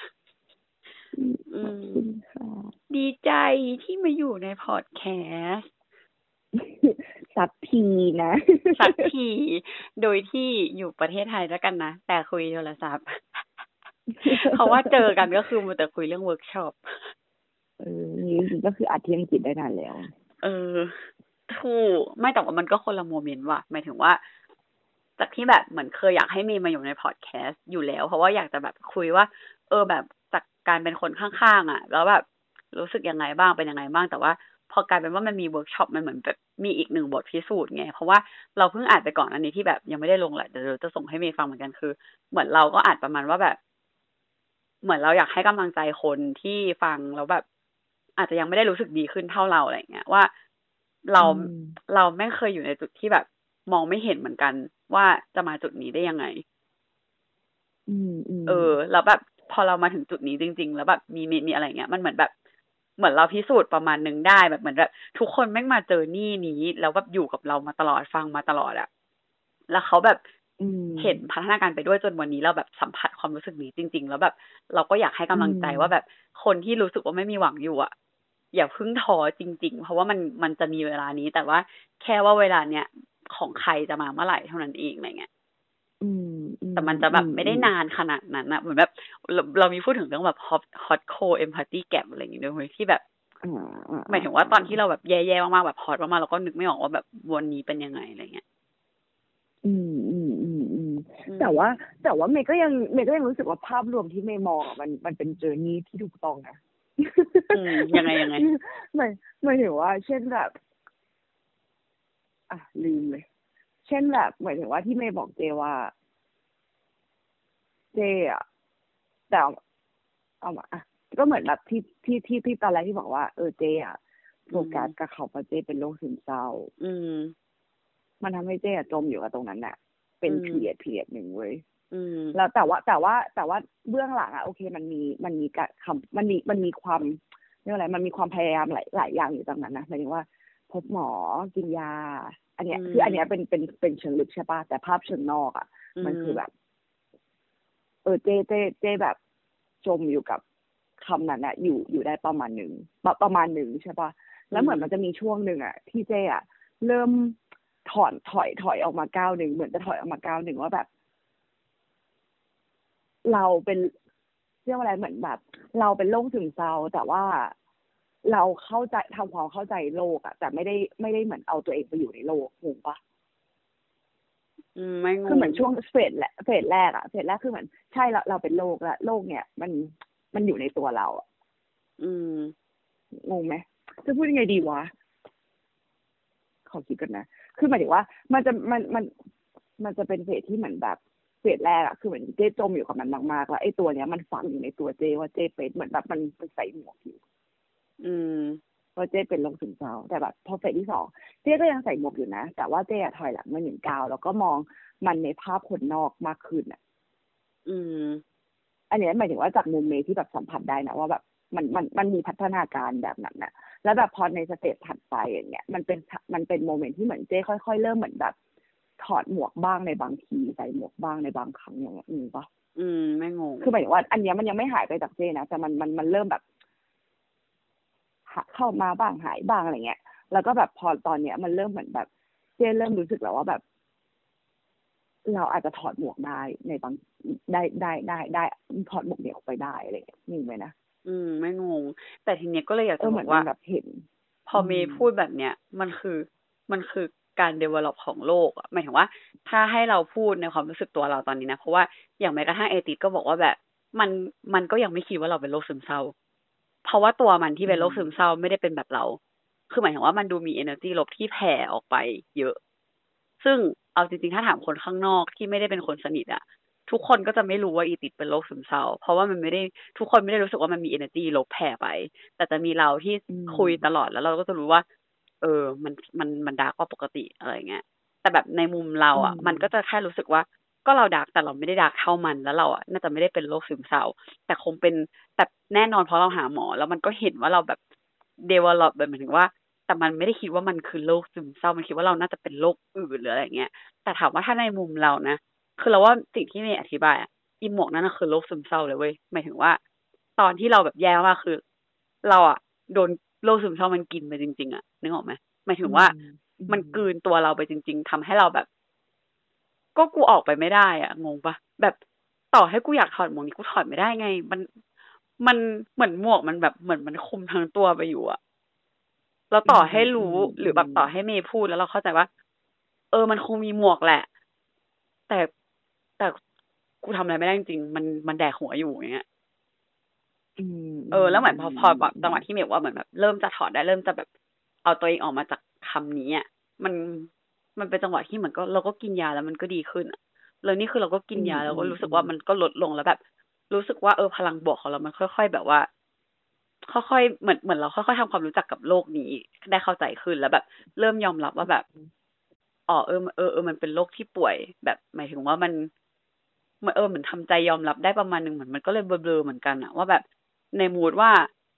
ขอบคุณค่ะดีใจที่มาอยู่ในพอดแคสต์สักทีนะสักทีโดยที่อยู่ประเทศไทยแล้วกันนะแต่คุยโทรศัพท์เพราะว่าเจอกันก็คือมันแต่คุยเรื่องเวิร์กช็อปเออนี่จริงก็คืออัดเที่ยงกินได้นานแล้วเออถูกไม่แต่ว่ามันก็คนละโมเมนต์ว่ะหมายถึงว่าจากที่แบบเหมือนเคยอยากให้มีมาอยู่ในพอดแคสต์อยู่แล้วเพราะว่าอยากจะแบบคุยว่าเออแบบจากการเป็นคนข้างๆอ่ะแล้วแบบรู้สึกยังไงบ้างเป็นยังไงบ้างแต่ว่าพอกลายเป็นว่ามันมีเวิร์กช็อปมันเหมือนแบบมีอีกหนึ่งบทพิสูจน์ไงเพราะว่าเราเพิ่งอ่านไปก่อนอันนี้ที่แบบยังไม่ได้ลงแหละเดี๋ยวจะส่งให้เมย์ฟังเหมือนกันคือเหมือนเราก็อ่านประมาณว่าแบบเหมือนเราอยากให้กำลังใจคนที่ฟังแล้วแบบอาจจะยังไม่ได้รู้สึกดีขึ้นเท่าเราอะไรเงี้ยว่าเราเราไม่เคยอยู่ในจุดที่แบบมองไม่เห็นเหมือนกันว่าจะมาจุดนี้ได้ยังไงเออแล้วแบบพอเรามาถึงจุดนี้จริงๆแล้วแบบมีมีมีอะไรเงี้ยมันเหมือนแบบเหมือนเราพิสูจน์ประมาณนึงได้แบบเหมือนแบบทุกคนแม่งมาเจอนี่นี้แล้วแบบอยู่กับเรามาตลอดฟังมาตลอดอะแล้วเขาแบบเห็นพัฒนาการไปด้วยจนวันนี้เราแบบสัมผัสความรู้สึกนี้จริงๆแล้วแบบเราก็อยากให้กำลังใจว่าแบบคนที่รู้สึกว่าไม่มีหวังอยู่อะอย่าเพิ่งท้อจริงๆเพราะว่ามันมันจะมีเวลานี้แต่ว่าแค่ว่าเวลาเนี้ยของใครจะมาเมื่อไหร่เท่านั้นเองอะไรเงี้ยแต่มันจะแบบไม่ได้นานขนาดนั้นนะเหมือนแบบเราเรามีพูดถึงเรื่องแบบ hot hot cold empathy gap อะไรอย่างเงี้ยด้วยที่แบบหมายถึงว่าตอนที่เราแบบแย่ๆมากๆแบบฮอตมากๆเราก็นึกไม่ออกว่าแบบวันนี้เป็นยังไงอะไรเงี้ยอืมอืมอืมอืมแต่ว่าแต่ว่าเมย์ก็ยังเมย์ก็ยังรู้สึกว่าภาพรวมที่เมย์มองอ่ะมันมันเป็นเจอร์นี่ที่ถูกต้องนะอืมยังไงยังไงหมายหมายถึงว่าเช่นแบบอ่ะลืมเลยเช่นแบบหมายถึงว่าที่เมย์บอกเจว่าเจอ่ะแต่เอามาอ่ะก็เหมือนแบบที่ที่ที่ที่ตอนแรกที่บอกว่าเออเจอ่ะโฟกัสกับเขาว่าเจเป็นโรคซึมเศร้าอืมมันทำให้เจอ่ะจมอยู่กับตรงนั้นน่ะเป็นเพียดเพียดหนึ่งเว้ยอืมแล้วแต่ว่าแต่ว่าแต่ว่าเบื้องหลังอ่ะโอเคมันมีมันมีการคำมันมีมันมีความเรียกอะไรมันมีความพยายามหลายหลายอย่างอยู่ตรงนั้นนะหมายถึงว่าพบหมอกินยาอันเนี้ยคืออันเนี้ยเป็นเป็นเป็นเชิงลึกใช่ป่ะแต่ภาพเชิงนอกอ่ะมันคือแบบเออเจเจเจแบบจมอยู่กับคำนั้นอะอยู่อยู่ได้ประมาณหนึ่งประมาณหนึ่งใช่ป่ะแล้วเหมือนมันจะมีช่วงหนึ่งอะที่เจอะเริ่มถอนถอยถอยออกมาก้าวหนึ่งเหมือนจะถอยออกมาก้าวหนึ่งว่าแบบเราเป็นเรียกว่าอะไรเหมือนแบบเราเป็นโรคซึมเศร้าแต่ว่าเราเข้าใจทำความเข้าใจโลกอะแต่ไม่ได้ไม่ได้เหมือนเอาตัวเองไปอยู่ในโลกงงปะอืมไม่งงคือเหมือนช่วงเฟสแรกเฟสแรกอะเฟสแรกคือเหมือนใช่เราเราเป็นโรคแล้วโรคเนี่ยมันมันอยู่ในตัวเราอะอืมงงไหมจะพูดยังไงดีวะขอคิดกันนะคือหมายถึงว่ามันจะมันมันมันจะเป็นเฟสที่เหมือนแบบเฟสแรกอะคือเหมือนเจ๊จมอยู่กับมันมากๆแล้วไอ้ตัวเนี้ยมันฝังอยู่ในตัวเจ๊ว่าเจ๊เป็นเหมือนแบบมันมันใส่หมวกอยู่อืมว่าเจ๊เป็นโรคซึมเศร้าแต่แบบพอเฟสที่สองเจ๊ก็ยังใส่หมวกอยู่นะแต่ว่าเจ๊ถอยหลังมาหนึ่งก้าวแล้วก็มองมันในภาพคนนอกมากขึ้นอะอืมอันนี้หมายถึงว่าจากมุมเมย์ที่แบบสัมผัสได้นะว่าแบบมันมันมันมีพัฒนาการแบบนั้นนะแล้วแบบพอในสเตจถัดไปอย่างเงี้ยมันเป็นมันเป็นโมเมนต์ที่เหมือนเจ๊ค่อยๆเริ่มเหมือนแบบถอดหมวกบ้างในบางทีใส่หมวกบ้างในบางครั้งอย่างเงี้ยอืมปะอืมไม่งงคือหมายถึงว่าอันนี้มันยังไม่หายไปจากเจ๊นะแต่มันมันมันเริ่มแบบเข้ามาบ้างหายบ้างอะไรเงี้ยแล้วก็แบบพอตอนเนี้ยมันเริ่มเหมือนแบบเจ๊เริ่มรู้สึกแล้วว่าแบบเราอาจจะถอดหมวกได้ในบางได้ได้ได้ได้ถอดหมวกเดี่ยวออกไปได้อะไรอย่างเงี้ยนี่ไหมนะอืมไม่งงแต่ทีเนี้ยก็เลยอยากจะบอกว่าแบบเห็นพอเมย์พูดแบบเนี้ยมันคือมันคือการ develop ของโลกอ่ะหมายถึงว่าถ้าให้เราพูดในความรู้สึกตัวเราตอนนี้นะเพราะว่าอย่างแม้กระทั่งเอติสก็บอกว่าแบบมันมันก็ยังไม่คิดว่าเราเป็นโรคซึมเศร้าเพราะว่าตัวมันที่เป็นโรคซึมเศร้าไม่ได้เป็นแบบเราคือหมายถึงว่ามันดูมี energy ลบที่แผ่ออกไปเยอะซึ่งเอาจริงๆถ้าถามคนข้างนอกที่ไม่ได้เป็นคนสนิทอ่ะทุกคนก็จะไม่รู้ว่าอีติดเป็นโรคซึมเศร้าเพราะว่ามันไม่ได้ทุกคนไม่ได้รู้สึกว่ามันมี energy ลบแผ่ไปแต่จะมีเราที่คุยตลอดแล้วเราก็จะรู้ว่าเออมันมันมันดาร์กกว่าปกติอะไรเงี้ยแต่แบบในมุมเราอ่ะมันก็จะแค่รู้สึกว่าก็เราดาร์กแต่เราไม่ได้ดาร์กเท่ามันแล้วเราอ่ะน่าจะไม่ได้เป็นโรคซึมเศร้าแต่คงเป็นแต่แน่นอนเพราะเราหาหมอแล้วมันก็เห็นว่าเราแบบ develop แบบหมายถึงว่าแต่มันไม่ได้คิดว่ามันคือโรคซึมเศร้ามันคิดว่าเราน่าจะเป็นโรคอื่นหรืออะไรเงี้ยแต่ถามว่าถ้าในมุมเรานะคือเราว่าสิ่งที่เมย์อธิบายอ่ะอีหมวกนั่นคือโรคซึมเศร้าเลยเว้ยหมายถึงว่าตอนที่เราแบบแย่มากคือเราอ่ะโดนโรคซึมเศร้ามันกินไปจริงๆอ่ะนึกออกไหมหมายถึงว่ามันกลืนตัวเราไปจริงๆทำให้เราแบบก็กูออกไปไม่ได้อ่ะงงปะแบบต่อให้กูอยากถอดหมวกนี้กูถอดไม่ได้ไงมันมันเหมือนหมวกมันแบบเหมือนมันคุมทั้งตัวไปอยู่อ่ะแล้วต่อให้รู้หรือแบบต่อให้เมย์พูดแล้วเราเข้าใจว่าเออมันคงมีหมวกแหละแต่แต่กูทำอะไรไม่ได้จริงๆมันมันแดกหัวอยู่อย่างเงี้ยเออแล้วเหมือนพอพอแบบจังหวะที่เมย์ว่าเหมือนแบบเริ่มจะถอดได้เริ่มจะแบบเอาตัวเองออกมาจากคำนี้อ่ะมันมันเป็นจังหวะที่เหมือนก็เราก็กินยาแล้วมันก็ดีขึ้นอ่ะแล้วนี่คือเราก็กินยาแล้วก็รู้สึกว่ามันก็ลดลงแล้วแบบรู้สึกว่าเออพลังบวกของเรามันค่อยๆแบบว่าค่อยๆเหมือนเหมือนเราค่อยๆทำความรู้จักกับโลกนี้ได้เข้าใจขึ้นแล้วแบบเริ่มยอมรับว่าแบบอ๋อเออเออเออมันเป็นโรคที่ป่วยแบบหมายถึงว่ามันมันเออเหมือนทำใจยอมรับได้ประมาณนึงเหมือนมันก็เลยเบลอๆเหมือนกันอะว่าแบบในมูดว่าพ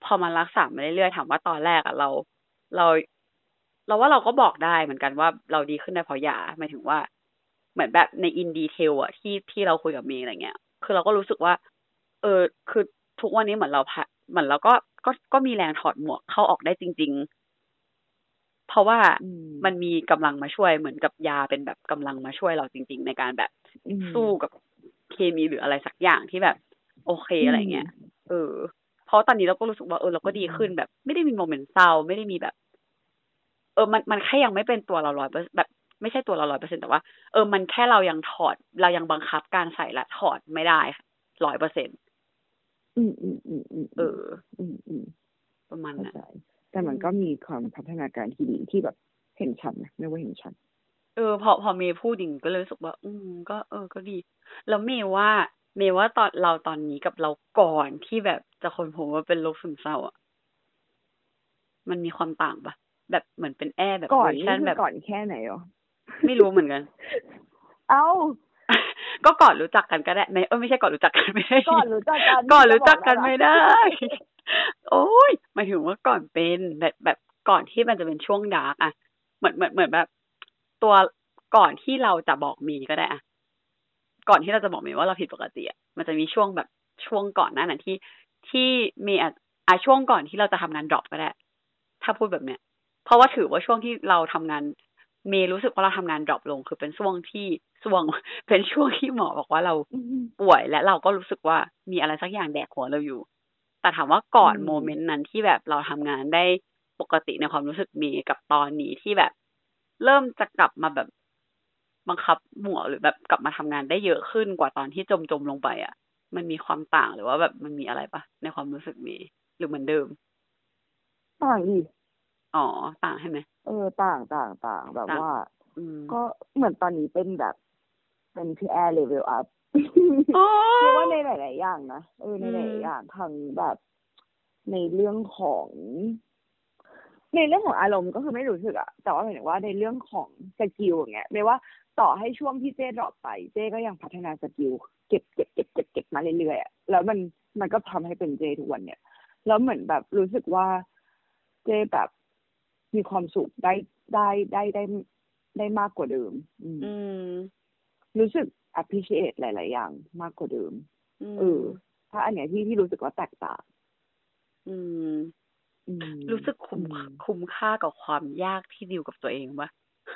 พอมันรักษามาเรื่อยๆถามว่าตอนแรกอะเราเรา เราว่าเราก็บอกได้เหมือนกันว่าเราดีขึ้นได้เพราะยาหมายถึงว่า เหมือนแบบในอินดีเทลอะที่ที่เราคุยกับเมย์อะไรเงี้ย คือเราก็รู้สึกว่า เออ คือทุกวันนี้เหมือนเราพะเหมือนเราก็ก็ก็มีแรงถอดหมวกเข้าออกได้จริง ๆ เพราะว่าอืมมันมีกำลังมาช่วยเหมือนกับยาเป็นแบบกำลังมาช่วยเราจริง ๆ ในการแบบอืมสู้กับเคมีหรืออะไรสักอย่างที่แบบ โอเคอือะไรมเงี้ย เออ เพราะตอนนี้เราก็รู้สึกว่า เออ เราก็ดีขึ้นแบบ ไม่ได้มีโมเมนต์เศร้า ไม่ได้มีแบบ เออ มัน มันแค่ยังไม่เป็นตัวเรา ร้อยเปอร์ แบบ ไม่ใช่ตัวเรา ร้อยเปอร์เซ็นต์ แต่ว่า เออ มันแค่เรายังถอด เรายังบังคับการใส่และถอดไม่ได้ ร้อยเปอร์เซ็นต์อืม ๆ ๆเออๆ อืมประมาณๆ เข้านั้นใจ แต่มันก็มีความพัฒนาการที่ดีที่แบบเห็นชัดนะ เรียกว่าเห็นชัดเออ พอ พอเมย์พูดอย่างงี้ก็เลยรู้สึกว่า อืม ก็ เออ ก็ดี แล้วเมย์ว่า เมย์ว่าตอน เราตอนนี้กับเราก่อนที่แบบจะค้นพบว่าเป็นโรคซึมเศร้าอะ มันมีความต่างเปล่า? แบบเหมือนเป็นแอ้แบบก่อเวน อร์นี่ชันคืแบอบ ก่อนแค่ไหนเหรอ? ไม่รู้เหมือนกันอ้าว! ก็ก่อนรู้จักกันก็ได้ ไม่ เอ๊ย ไม่ใช่ก่อนรู้จัก กัน ไม่ใช่ก่อนรู้จักกันก่อนจะรู้บจัอกกได้กันเหรอ? ไม่ได้ โอ๊ย หมายถึงว่าก่อนเป็น แบบ แบบก่อนที่มันจะเป็นช่วง ดาร์ก อะ เหมือน เหมือน เหมือนแบบ ตัว ก่อนที่เราจะบอกเมย์ก็ได้อะ ก่อนที่เราจะบอกเมย์ว่าเราผิดปกติอะ มันจะมีช่วงแบบ ช่วงก่อนหน้านั้นที่ ที่เมย์อาจ อะ ช่วงก่อนที่เราจะทำงานดร็อปก็ได้ ถ้าพูดแบบเนี้ย เพราะว่าถือว่าช่วงที่เราทำงาน เมย์รู้สึกว่าเราทำงานดร็อปลง คือเป็นช่วงที่ ช่วง เป็นช่วงที่หมอบอกว่าเราอือฮึป่วย และเราก็รู้สึกว่ามีอะไรสักอย่างแดกหัวเราอยู่ แต่ถามว่าก่อนโมเมนต์นั้นที่แบบเราทำงานได้ปกติในความรู้สึกเมย์ กับตอนนี้ที่แบบเริ่มจะกลับมาแบบบังคับหมวก หรือแบบกลับมาทำงานได้เยอะขึ้นกว่าตอนที่จม ๆ ลงไปอะ มันมีความต่าง หรือว่าแบบมันมีอะไรเปล่าในความรู้สึกเมย์ หรือเหมือนเดิม? ต่างดิอ๋อ ต่างใช่ไหม? เออ ต่าง ๆ ๆ แบบต่างว่าอืมก็เหมือนตอนนี้เป็นแบบ เป็นพี่แอร์ level up อ๋อเรียกว่าในหลาย ๆ อย่างนะ เออ ในอืหลายมๆ อย่าง ทั้งแบบ ในเรื่องของ ในเรื่องของอารมณ์ก็คือไม่รู้สึกอะ แต่ว่าหมายถึงว่าในเรื่องของสกิล อย่างเงี้ย เมย์ว่าต่อให้ช่วงที่เจ้ดร็อปไป เจ้ก็ยังพัฒนาสกิล เก็บ เก็บ เก็บ เก็บ เก็บมาเรื่อย ๆ อะ แล้วมัน มันก็ทำให้เป็นเจ้ทุกวันเนี้ย แล้วเหมือนแบบรู้สึกว่า เจ้แบบมีความสุขได้ ได้ ได้ ได้ ได้มากกว่าเดิม อืมอืมรู้สึก appreciate หลาย ๆ อย่างมากกว่าเดิมอืเออมถ้าอันเนี้ยที่ ที่รู้สึกว่าแตกต่างอืมอืมรู้สึกคุ้มอืคมคุ้มค่ากับความยากที่ดีลกับตัวเองเปล่า?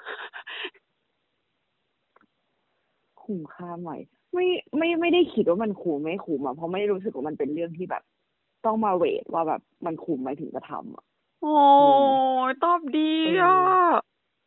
คุ้มค่าไหม? ไม่ ไม่ ไม่ได้คิดว่ามันคุ้มไม่คุ้มอะ เพราะไม่ได้รู้สึกว่ามันเป็นเรื่องที่แบบต้องมาเรตว่าแบบมันคุ้มไหมถึงจะทำอะโอ้โงงไหม? ฮ ตอบดีเออะอ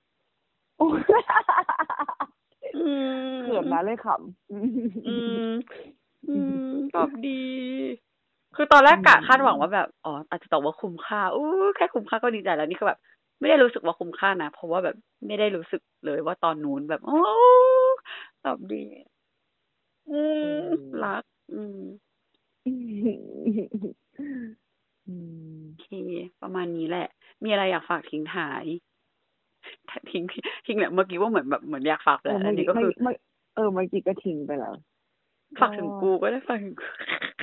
อืเขินมนะเลยขำอืม อืม ตอบดี คือตอนแรอืกกะคาดหวังว่ามแบบ อ๋อ อาจจะตอบว่าคุ้มค่า โอ้ แค่คุ้มค่าก็ดีใจแล้ว นี่คือแบบไม่ได้รู้สึกว่าคุ้มค่านะ เพราะว่าแบบไม่ได้รู้สึกเลยว่าตอนนู้นแบบ โอ้ ตอบดี อืเมออรัก อืมอืมโอเค ประมาณนี้แหละ มีอะไรอยากฝากทิ้งท้าย? ถ ทิ้ง ทิ้งเนี่ย เมื่อกี้ว่าเหมือนแบบ เหมือนอยากฝากเออแหละเมอืั่อนนกี้้ก็เมื่คือเมื่อ เออ เมื่อกี้ก็ทิ้งไปแล้วฝากถึงกูก็ได้ ฝากถึง กู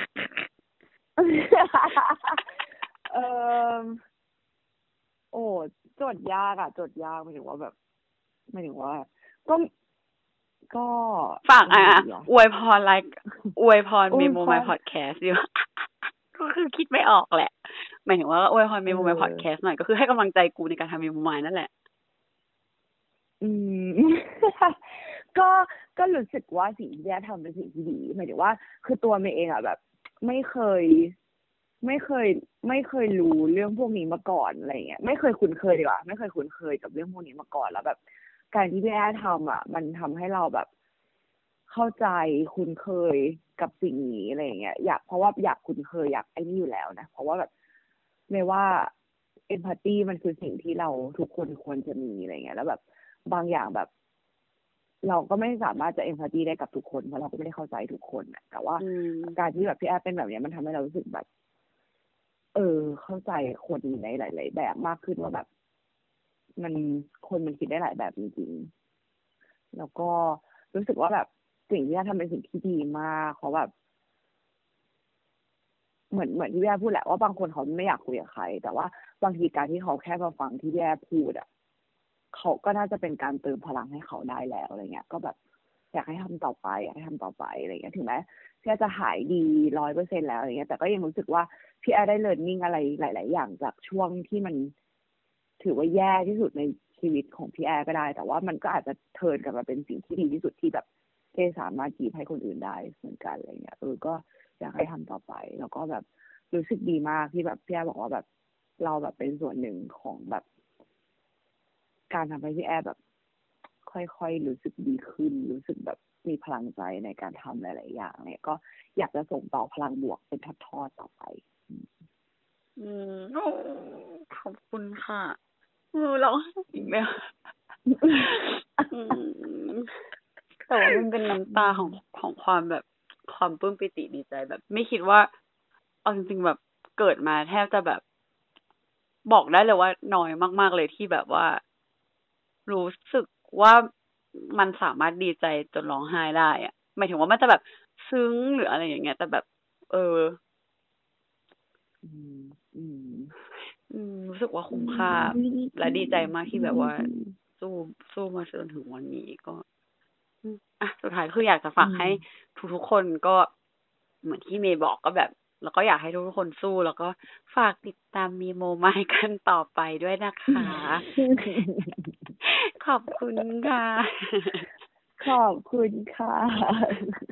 เอ่อ โอ้ โจทย์ยากอะ โจทย์ยาก หมายถึงว่าแบบ หมายถึงว่า ก็ ก็ฝากยัองไงอะดีอะอวยพรราย อวยพรอวยพ Memo My ร Podcast ดีกว่า ก็คือคิดไม่ออกแหละ หมายถึงว่าอวยพรเอ Memo My อ Podcast หน่อย ก็คือให้กำลังใจกูในการทำ Memo My นั่นแหละอืม ก็ ก็รู้สึกว่าสิ่งที่ได้ทำเป็นสิ่งที่ดี หมายถึงว่า คือตัวเมย์เองอะแบบไม่เคย ไม่เคย ไม่เคยรู้เรื่องพวกนี้มาก่อน อะไรอย่างเงี้ย ไม่เคยคุ้นเคยดีกว่า ไม่เคยคุ้นเคยกับเรื่องพวกนี้มาก่อน แล้วแบบการที่พี่แอ้ทำอะมันทำให้เราแบบเข้าใจ คุ้นเคยกับสิ่งนี้ อะไรอย่างเงี้ย อยาก เพราะว่าอยากคุ้นเคย อยากไอ้นี่อยู่แล้วนะ เพราะว่าแบบเมย์ว่า empathy มันคือสิ่งที่เราทุกคนควรจะมี อะไรอย่างเงี้ย แล้วแบบบางอย่างแบบ เราก็ไม่สามารถจะ empathy ได้กับทุกคน เพราะเราก็ไม่ได้เข้าใจทุกคนน่ะ แต่ว่าอืมการที่แบบพี่แอ้เป็นแบบเนี้ย มันทำให้เรารู้สึกแบบ เออ เข้าใจคนในหลาย ๆ แบบมากขึ้นว่าแบบ มัน คนมันคิดได้หลายแบบจริง ๆ แล้วก็รู้สึกว่าแบบสิ่งที่พี่แอ้ทำเป็นสิ่งที่ดีมาก เพราะแบบเหมือนเหมือนที่พี่แอพูดแหละว่าบางคนเขาไม่อยากคุยกับใครแต่ว่าบางทีการที่เขาแค่มาฟังที่พี่แอพูดอ่ะเขาก็น่าจะเป็นการเติมพลังให้เขาได้แล้วอะไรเงี้ยก็แบบอยากให้ทำต่อไปอยากให้ทำต่อไปอะไรเงี้ยถึงแม้พี่แอจะหายดีร้อยเปอร์เซ็นต์แล้วอะไรเงี้ยแต่ก็ยังรู้สึกว่าพี่แอได้เรียนรู้อะไรหลายๆอย่างจากช่วงที่มันถือว่าแย่ที่สุดในชีวิตของพี่แอก็ได้แต่ว่ามันก็อาจจะเทิร์นกลับมาเป็นสิ่งที่ดีที่สุดที่แบบเท่สามารถจีบให้คนอื่นได้เหมือนกันอะไรเงี้ยเออก็อยากให้ทำต่อไปแล้วก็แบบรู้สึกดีมากที่แบบพี่แอบอกว่าแบบเราแบบเป็นส่วนหนึ่งของแบบการทำให้พี่แอแบบค่อยๆรู้สึกดีขึ้นรู้สึกแบบมีพลังใจในการทำหลายๆอย่างเนี่ยก็อยากจะส่งต่อพลังบวกเป็นทอดๆต่อไปอืมโอ้ขอบคุณค่ะเออเราอีกแล้วแต่ว่ามันเป็นน้ำตาของของความแบบความปลื้มปิติดีใจแบบไม่คิดว่าเอาจริงๆแบบเกิดมาแทบจะแบบบอกได้เลยว่าน้อยมากๆเลยที่แบบว่ารู้สึกว่ามันสามารถดีใจจนร้องไห้ได้อะหมายถึงว่ามันจะแบบซึ้งหรืออะไรอย่างเงี้ยแต่แบบเอออืมอืมอืมรู้สึกว่าคุ้มค่าและดีใจมากที่แบบว่าสู้สู้มาจนถึงวันนี้ก็อ่ะสุดท้ายคืออยากจะฝากให้ทุกๆคนก็เหมือนที่เมย์บอกก็แบบ แล้วก็อยากให้ทุกคนสู้แล้วก็ฝากติดตามมีโมไมกันต่อไปด้วยนะคะขอบคุณค่ะขอบคุณค่ะ